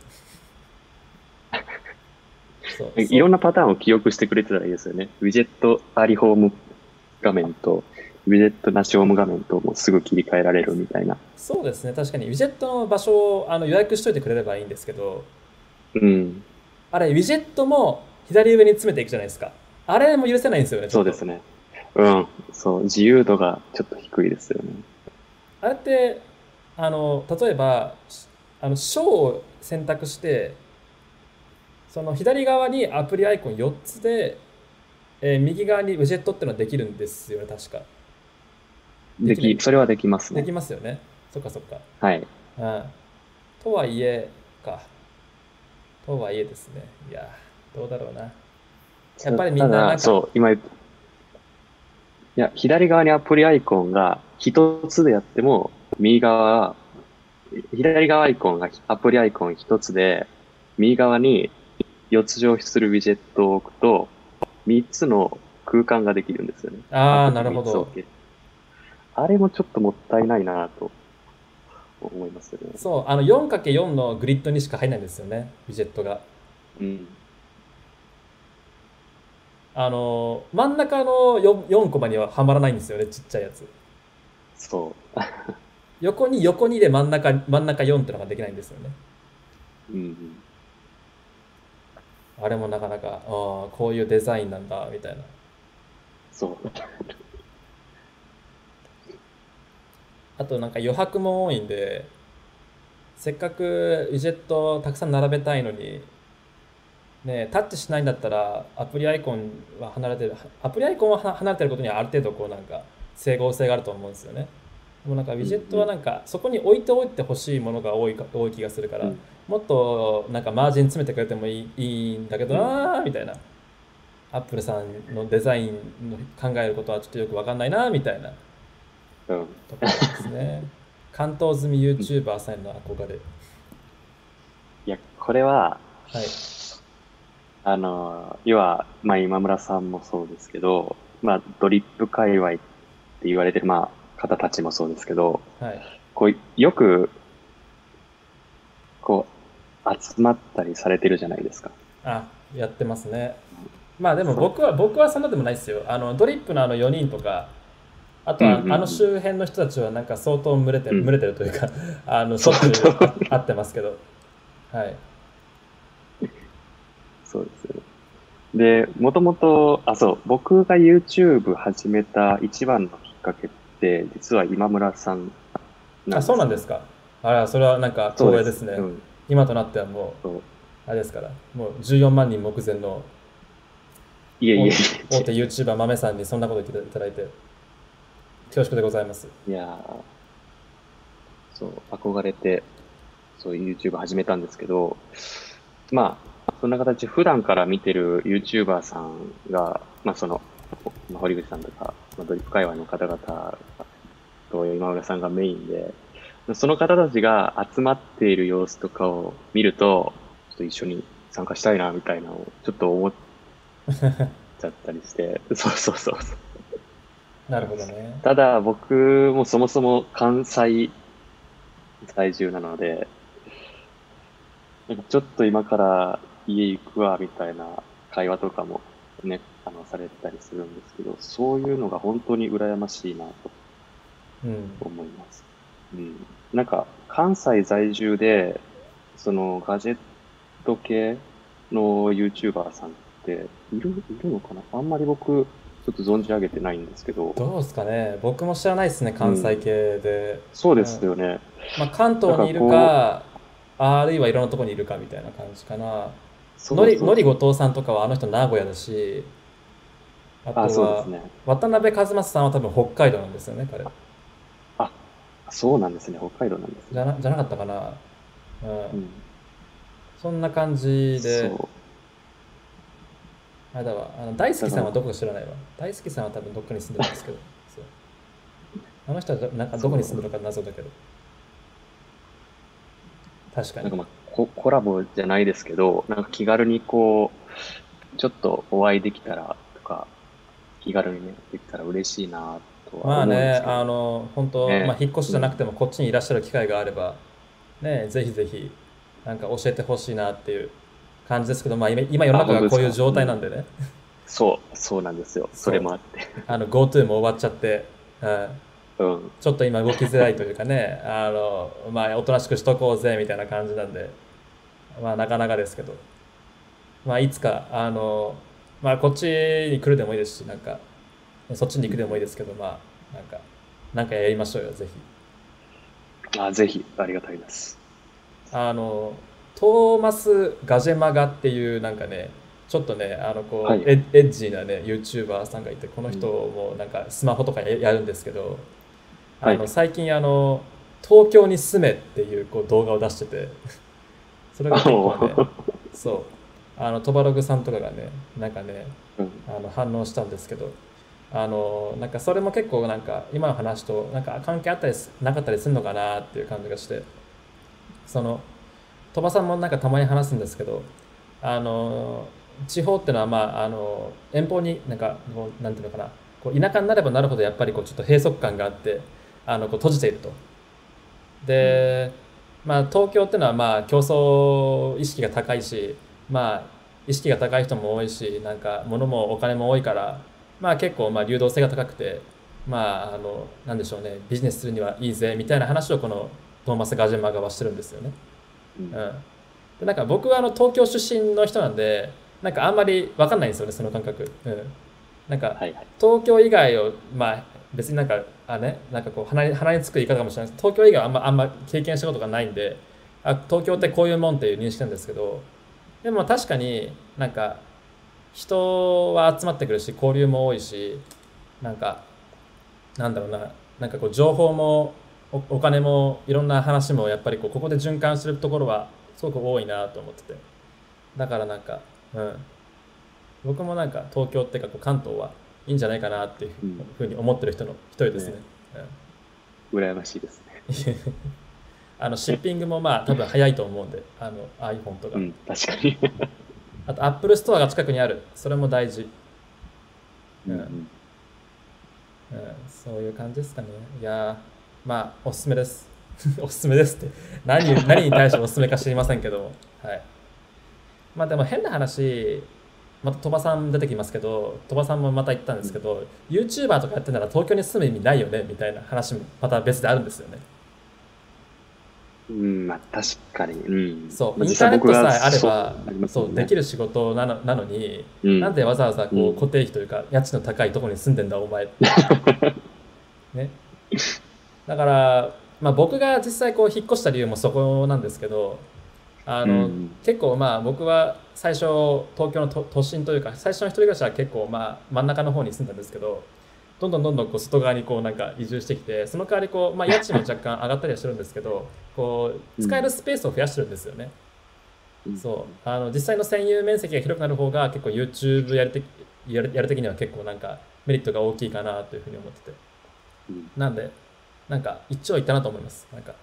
そう、 うん。いろんなパターンを記憶してくれてたらいいですよね。ウィジェットありホーム画面と、ウィジェットなしホーム画面ともうすぐ切り替えられるみたいな。 そうですね、確かにウィジェットの場所を予約しといてくれればいいんですけど、 うん。 あれ、ウィジェットも左上に詰めていくじゃないですか。あれも許せないんですよね、ちょっと。 そうですね。うん。そう、自由度がちょっと低いですよね。 あれって、例えば、章を選択して、その左側にアプリアイコン4つで、右側にウェジェットっていうのはできるんですよね、確か。できない。 それはできますでね。 きますよね。そっかそっか。 はい。 うん。とはいえか。とはいえですね。いや、どうだろうな。やっぱりみただ、 んななんか、 そう、いや、左側にアプリアイコンが一つでやっても、右側は、左側アイコンがアプリアイコン一つで、右側に4つ上出するウィジェットを置くと、3つの空間ができるんですよね。アああ、 プリなるほ 3つ置ど。 け。あれもちょっともったいないなと思いますよね。 そう、4×4 のグリッドにしか入らないんですよね、ウィジェットが。 うん。 真ん中の4コマにははまらないんですよね、ちっちゃいやつ。 そう。 横にで真ん中4ってのができないんですよね。 うん。 あれもなかなか、こういうデザインなんだ、みたいな。 そう。 あとなんか余白も多いんで、せっかくウィジェットをたくさん並べたいのに、ね、タッチしないんだったらアプリアイコンは離れてる、アプリアイコンは離れてることにはある程度こうなんか整合性があると思うんですよね。でもなんかウィうんジェットはなんかそこに置いておいてほしいものが多い気がするから、 うん。 もっとなんかマージン詰めてくれてもいいんだけどうん。 なーみたいな。アップルさんのデザインの考えることはちょっとよくわかんないなみたいなうん。 ところですね。関東済み YouTuber さんへの憧れ。 いや、これは、 はい。 要は、まあ今村さんもそうですけど、まあドリップ界隈って言われてる、まあ方たちもそうですけど、 はい。 こう、よく、こう、集まったりされてるじゃないですか。 あ、やってますね。まあでも僕はそんなでもないですよ。ドリップの4人とか、あとうんうはあのん周辺の人たちはなんか相当うん。うん。 群れてるというか、しょそうっちゅうそう。 会ってますけど。はい。 そうですよね。で、もともと、そう、僕が YouTube 始めた一番のきっかけって、実は今村さんなあ、 んですね。 そうなんですか。あら、それはなんかそうです。 光栄ですね。 うん。 今となってはもう、 そう。 あれですから、もう14万人目前のいえいえい大手え。 YouTuber 豆さんにそんなこと言っていただいて恐縮でございます。 いやー、そう、憧れて、そういう YouTube 始めたんですけど、まあ、そんな形、普段から見てる YouTuber さんが、まあまあ堀口さんとか、まあ、ドリップ界隈の方々と今村さんがメインで、その方たちが集まっている様子とかを見ると、ちょっと一緒に参加したいな、みたいなのをちょっと思っちゃったりして、そうそうそう。 なるほどね。 ただ僕もそもそも関西在住なので、なんかちょっと今から家行くわ、みたいな会話とかもね、されたりするんですけど、そういうのが本当に羨ましいなとうん。 思います。うん。なんか、関西在住で、そのガジェット系の YouTuber さんっているのかな、あんまり僕、ちょっと存じ上げてないんですけど、 どうですかね。僕も知らないですね、関西うん。 系で。 そうでうん。 すよね。 まあ、関だから東にいるこう、 か、あるいはいろんなところにいるかみたいな感じかな。 そうそうそう。 のり後藤さんとかはあの人名古屋だし、ああ、 とはそうですね。 渡辺一正さんは多分北海道なんですよね、彼。 あ、そうなんですね。北海道なんですね。 じゃなかったかな。うん。 うん。 そんな感じで、 そあれだわ。大う。だから、 輔さんはどこか知らないわ。大輔さんは多分どっかに住んでるんですけど。そう。あの人はなんかどこに住んでそう。 るのか謎だけど。確かに。 なんかまあ、コラボじゃないですけど、なんか気軽にこう、ちょっとお会いできたらとか、気軽にね、できたら嬉しいなとはまあね、 思うんですけど本当、まあ、 ね。 引っ越しうん。 じゃなくてもこっちにいらっしゃる機会があれば、ね、ぜひぜひ、なんか教えてほしいなっていう感じですけど、まあ今世のあ、 中本当ですか。 がこういう状うん。 態なんでね、 そうなんですよ。それそう、 もあって。 GoTo も終わっちゃって、うん、 うん。 ちょっと今動きづらいというかね、まあおとなしくしとこうぜみたいな感じなんで、まあなかなかですけど、 まあ、いつか、まあ、こっちに来るでもいいですし、なんか、そっちに行くでもいいですけど、まあ、なんかやりましょうよ、ぜひ。 ぜひ、ありがたいです。 あの、トーマス・ガジェマガっていう、なんかね、ちょっとね、 はい。 エッジーなね、YouTuber さんがいて、この人うん。 もなんかスマホとかやるんですけど、 はい。 最近東京に住めっていうこう動画を出してて、それが結構ね、 ーそう、トバログさんとかがね、なんかね、 うん。 反応したんですけど、なんかそれも結構なんか今の話となんか関係あったりなかったりするのかなっていう感じがして、その、鳥羽さんもなんかたまに話すんですけど、あの、地方ってのはまあ、遠方になんか、こうなんていうのかな、こう田舎になればなるほどやっぱりこうちょっと閉塞感があって、こう閉じていると。 うん。 で、まあ、東京っていうのはまあ競争意識が高いし、まあ、意識が高い人も多いし、なんか物もお金も多いから、まあ結構まあ流動性が高くて、まあ、なんでしょうね、ビジネスするにはいいぜみたいな話をこのトーマス・ガジェマガはしてるんですよね。 うん。 うん。で、なんか僕は東京出身の人なんで、なんかあんまり分かんないんですよね、その感覚。うん。なんかはいはい。 東京以外を、まあ別になんか、なんかこう鼻につく言い方かもしれないです。東京以外はあんま経験したことがないんで、東京ってこういうもんっていう認識なんですけど、でも確かになんか人は集まってくるし、交流も多いし、なんか、なんだろうな、なんかこう情報もお金もいろんな話もやっぱりここで循環するところはすごく多いなと思ってて。だからなんか、うん、僕もなんか東京っていうかこう関東はいいんじゃないかなっていううん。 ふうに思ってる人の一人ですね。 ね、羨ましいですね。 うん、シッピングもまあ多分早いと思うんで、iPhone とか。 うん、確かに。 あと Apple ストアが近くにある。それも大事。うん。 うんうん。 うん、そういう感じですかね。いやー、まあ、おすすめです。おすすめですって。何に対しておすすめか知りませんけど、はい。まあでも変な話、また鳥羽さん出てきますけど、鳥羽さんもまた言ったんですけど、YouTuber とかやってんなら東京に住む意味ないよねみたいな話もまた別であるんですよね。 うん、確かに。うん。 そう、イン実際ターネット僕がさえあれそうば、 なりますそう、 もんね。 できる仕事なのに、 うん。 なんでわざわざこううん。 固定費というか、家賃の高いところに住んでんだお前っていう。ね。だから、まあ僕が実際こう引っ越した理由もそこなんですけど、 うん。 結構まあ僕は最初東京の都心というか最初の一人暮らしは結構まあ真ん中の方に住んだんですけど、どんどんこう外側にこうなんか移住してきて、その代わりこうまあ家賃も若干上がったりはしてるんですけど、こううん。 使えるスペースを増やしてるんですよね。 うん。 そう実際の占有面積が広くなる方が結構 YouTube やる的には結構なんかメリットが大きいかなというふうに思ってて、 うん。 なんでなんか一長一短だと思います。なんか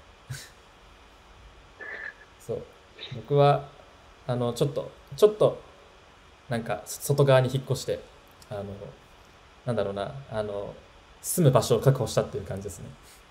そう僕はちょっとなんか外側に引っ越してあのなんだろうな住む場所を確保したっていう感じですね。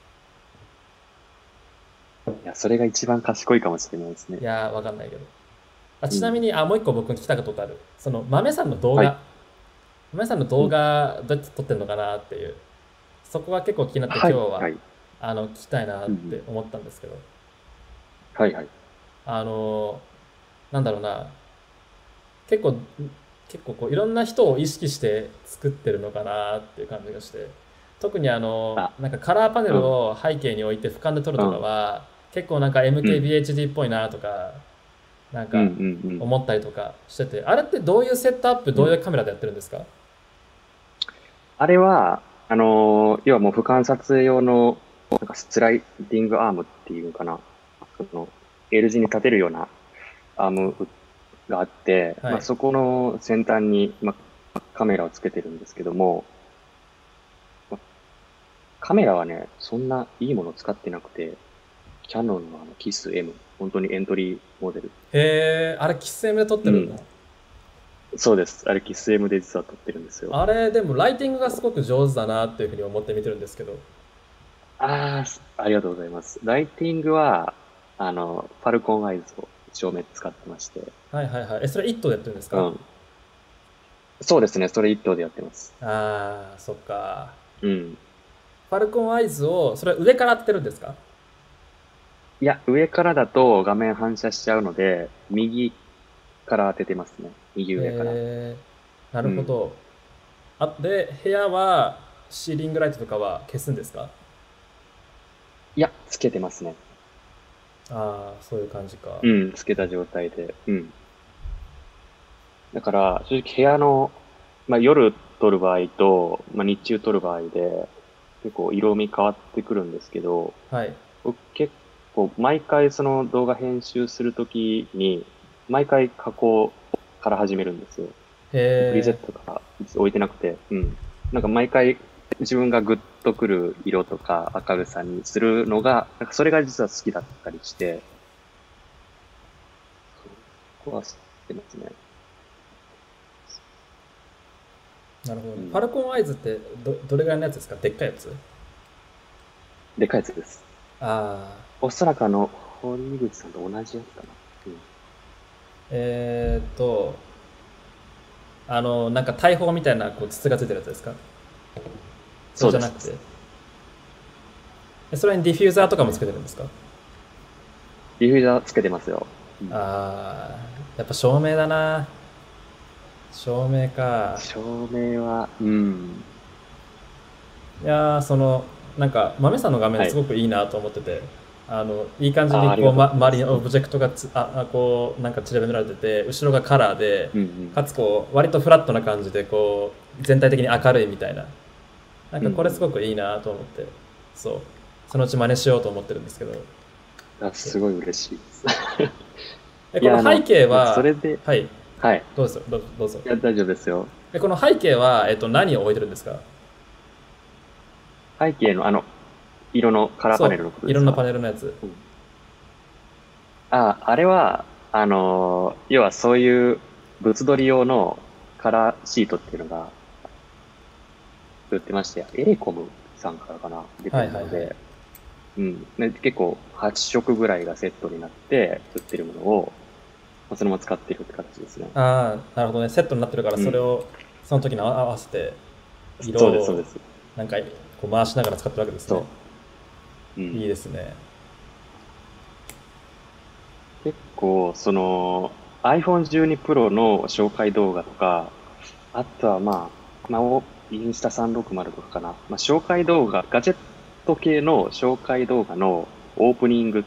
いや、それが一番賢いかもしれないですね。 いやーわかんないけど、 うん。 ちなみにもう一個僕に聞きたことある、そのはい。 豆さんの動うん。 画どうやって撮ってるのかなっていう、そこが結構気になって今はい。 日ははい。 聞きたいなっうん。 て思ったんですけど、 はいはい。 あのなんだろうな、結構結構こういろんな人を意識して作ってるのかなっていう感じがして、特にあ、 なんかカラーパネうん。 ルを背景に置いて俯瞰で撮るとかうん。 は結構なんかうん。 MKBHD っぽいなとかなんうん。うかん。うん。 思ったりとかしてて、あれってどういうセットアップ、どういううん。 カメラでやってるんですか？ あれは、要はもう俯瞰撮影用の、なんかスライディングアームっていうのかな。その、L 字に立てるようなアームがあって、 はい。 そこの先端に、カメラをつけてるんですけども、まカメラはね、そんないいものを使ってなくて、キャノンのキス M、本当にエントリーモデル。 へえ、あれキス M で撮ってるんだ。 うん。そうです。あれキス Mで実は撮ってるんですよ。 あれでもライティングがすごく上手だなっていうふうに思って見てるんですけど。 ありがとうございます。ライティングは、ファルコンアイズを照明使ってまして。 はいはいはい。それ一頭でやってるんですか？ うん。そうですね。それ一頭でやってます。 ああー、そっか。 うん。 ファルコンアイズを、それは上から当ててるんですか？ いや、上からだと画面反射しちゃうので、右から当ててますね。 右上から。 なるほど。で、部屋はシーリングライトとかは消すんですか？ いや、つけてますね。 ああ、そういう感じか。 うん、つけた状態で。うん。だから、正直部屋の、まあ、夜撮る場合と、まあ、日中撮る場合で、結構色味変わってくるんですけど、 はい。 僕結構毎回その動画編集するときに、毎回加工から始めるんですよ。プリセッへトとか置いてなくて、うん。なんか毎回自分がグッとくる色とか明るさにするのが、なんかそれが実は好きだったりして、そこは知ってますね。 なるほどね。ファうん。 ルコンアイズってどれぐらいのやつですか？でっかいやつ？ でかいやつです。 ああ。 おそらく堀口さんと同じやつかな。うん。 えーっと、なんか大砲みたいなこう筒がついてるやつですか？そそうです。 れじゃなくて。それにディフューザーとかもつけてるんですか？ ディフューザーつけてますよ。うん。 ああ、やっぱ照明だな。照明か。 照明は、うん。 いやー、なんか、豆さんの画面はい。 すごくいいなと思ってて、いい感じあ、 にこう、 ありがとうございます。 周りにオブジェクトがこう、なんか散りばめられてて、後ろがカラーで、 うん。 かつこう、割とフラットな感じで、こう、全体的に明るいみたいな。なんうん。うかこれすん。 ごくいいなと思って、そう、そのうち真似しようと思ってるんですけど、 うん。あ、 そう。 すごい嬉しいです。いや、 この背景なんかそは、 れで、 はい、 はい。 どうぞ、どうぞ。 いや、大丈夫ですよ。 この背景は、何を置いてるんですか？ 背景の色のカラーパネルそう、 のこといろんなパですか？ ネルのやつ。 うん。あれは、要はそういう物撮り用のカラーシートっていうのが売ってまして、エレコムさんからかな、出てはいはいはい。 るもので、うん。で結構8色ぐらいがセットになって売ってるものを、まあそのまま使ってるって形ですね。 ああ、なるほどね。セットになってるから、 うん。 それをその時に合わせて、色そうです、そうをです。 なんかこう回しながら使ってるわけですね。 そう。うん。 いいですね。 結構、iPhone 12 Pro の紹介動画とか、あとはインスタ360とかかな。まあ、紹介動画、ガジェット系の紹介動画のオープニングって、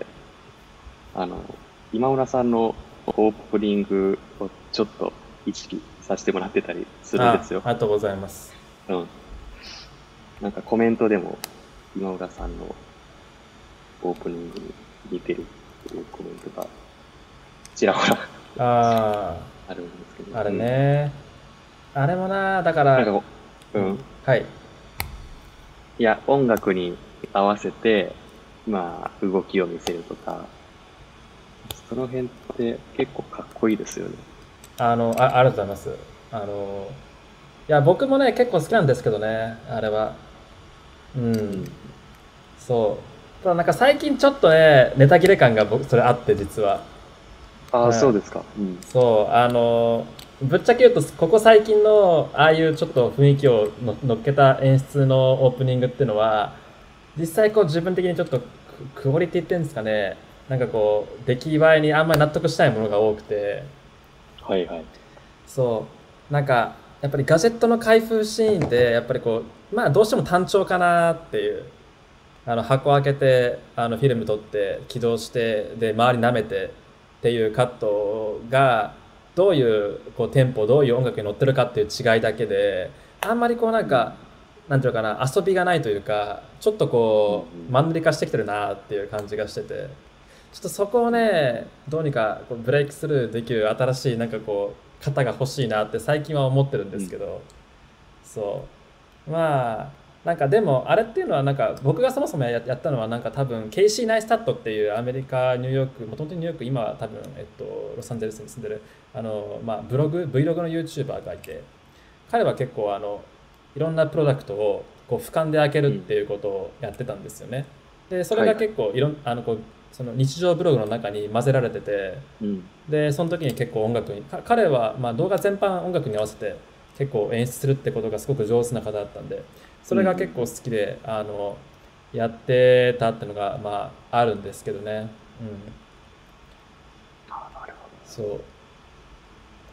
あの、今村さんのオープニングをちょっと意識させてもらってたりするんですよ。 ありがとうございます。 うん。なんかコメントでも今村さんのオープニングに似てるっていうコメントがちらほらああるんですけど。 あ、あれうん。 ね。あれもな、だから、 なんかうん、 うん。 はい。 いや、音楽に合わせて、動きを見せるとか、その辺って結構かっこいいですよね。 ありがとうございます。あの、いや、僕もね、結構好きなんですけどね、あれは。うん、 うん。 そう。ただなんか最近ちょっとね、ネタ切れ感が僕、それあって、実は。 ああ、 はい。 そうですか。うん。 そう、ぶっちゃけ言うと、ここ最近の、ああいうちょっと雰囲気を乗っけた演出のオープニングっていうのは、実際こう自分的にちょっとクオリティっていうんですかね、なんかこう、出来栄えにあんまり納得したいものが多くて、 はいはい。 そう、なんか、やっぱりガジェットの開封シーンで、やっぱりこう、まあどうしても単調かなっていう、箱開けて、フィルム取って起動してで周り舐めてっていうカットがどういうこうテンポどういう音楽に乗ってるかっていう違いだけであんまりこうなんかうん。 なんていうのかな遊びがないというかちょっとうん。うこうん。 マンネリ化してきてるなっていう感じがしててちょっとそこをうん。 ねどうにかこうブレイクスルーできる新しいなんかこう型が欲しいなって最近は思ってるんでうん。 すけどそうまあなんかでもあれっていうのはなんか僕がそもそもやったのはなんか多分ケイシー・ナイスタットっていうアメリカニューヨークもともとニューヨーク今は多分ロサンゼルスに住んでるブログ Vlog の YouTuber がいて彼は結構いろんなプロダクトをこう俯瞰で開けるうん。 っていうことをやってたんですよね。でそれはいはい。 が結構いろんこうその日常ブログの中に混ぜられててうん。 でその時に結構音楽に彼はまあ動画全般音楽に合わせて結構演出するってことがすごく上手な方だったんでそうん。うれが結構好ん。 きでやってたっていうのがまああるんですけどね。うん、 あ、なるほど。 そう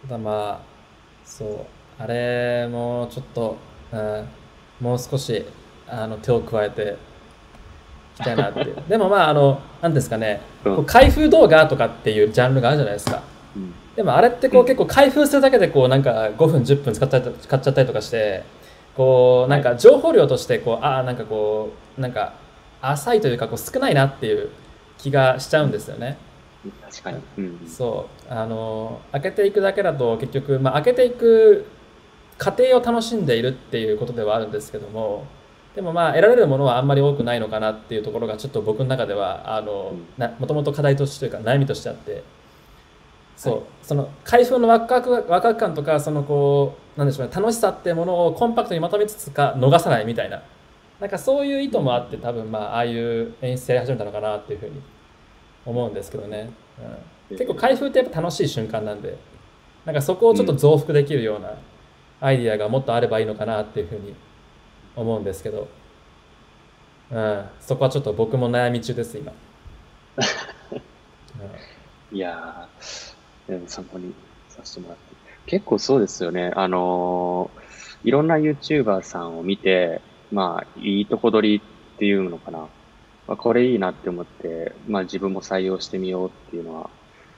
ただまあ、そう、あれもちょっと、うん、もう少し手を加えていきたいなっていう。でもまあ、なんですかね、こううん。 開封動画とかっていうジャンルがあるじゃないですか。 うん。 でもあれってうん。 こう結構開封するだけでこうなんか5分10分使っちゃったりとかして、こうなんはい。 か情報量としてこうなんかこうなんか浅いというかこう少ないなっていう気がしちゃうんうん。 ですよね。 確かに。うん。 そう、開けていくだけだと結局、まあ、開けていく過程を楽しんでいるっていうことではあるんですけども、でもまあ得られるものはあんまり多くないのかなっていうところがちょっと僕の中ではうん。 もともと課題としてというか悩みとしてあって、 はい。 そう、その開封のワクワク感とか、そのこうなんでしょうね、楽しさっていうものをコンパクトにまとめつつか逃さないみたいな、なんかそういう意うん。 図もあって多分まあああいう演出やり始めたのかなっていうふうに思うんでなるほど。 すけどね。うん、結構開え封ってやっぱ楽しい瞬間なんで、なんかそこをちょっとうん。 増幅できるようなアイディアがもっとあればいいのかなっていうふうに思うんですけど、うん、そこはちょっと僕も悩み中です今。うん、 いやー、でも参考にさせてもらって。結構そうですよね。いろんな YouTuber さんを見て、まあ、いいとこ取りっていうのかな。まあ、これいいなって思って、まあ自分も採用してみようっていうのは、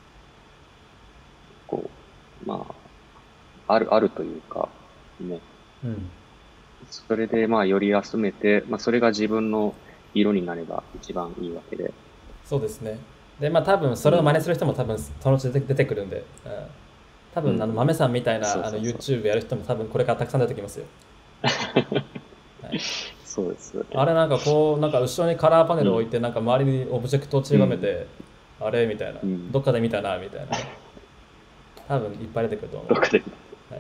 こまあるというか、ね。 うん、 それでまあより集めて、まあそれが自分の色になれば一番いいわけで。 そうですね。でまあ多分それを真似うん。 する人も多分そのうち出てくるんで、うん、多分うん。 豆さんみたいなそうそう。 YouTube やる人も多分これからたくさん出てきますよ。はい、 そうですよね。 あれなんかこうなんか後ろにカラーパネうん。 ルを置いてなんか周りにオブジェクトを散うん。 りばめて、あれみたいな、 うん。 どっかで見たなみたいなね、多分いっぱい出てくると思うんで、 どっかで。 はい、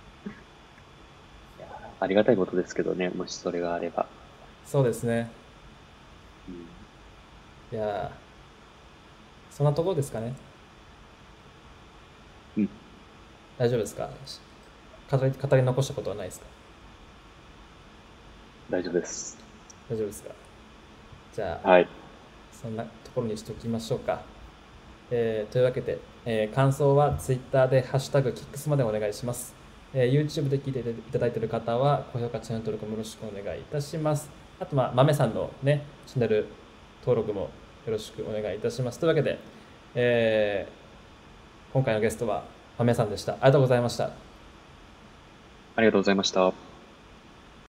ありがたいことですけどね、もしそれがあれば。 そうですね。 うん。 いやそんなところですかね。 うん。 大丈夫ですか？語り残したことはないですか？ 大丈夫です。 大丈夫ですか？じゃあはい。 そんなところにしておきましょうか。というわけで、感想は Twitter でハッシュタグキックスまでお願いします。YouTube で聞いていただいている方は高評価、チャンネル登録もよろしくお願いいたします。あと、まあ、豆さんのね、チャンネル登録もよろしくお願いいたします。というわけで、え今回のゲストは豆さんでした。ありがとうございました。 ありがとうございました。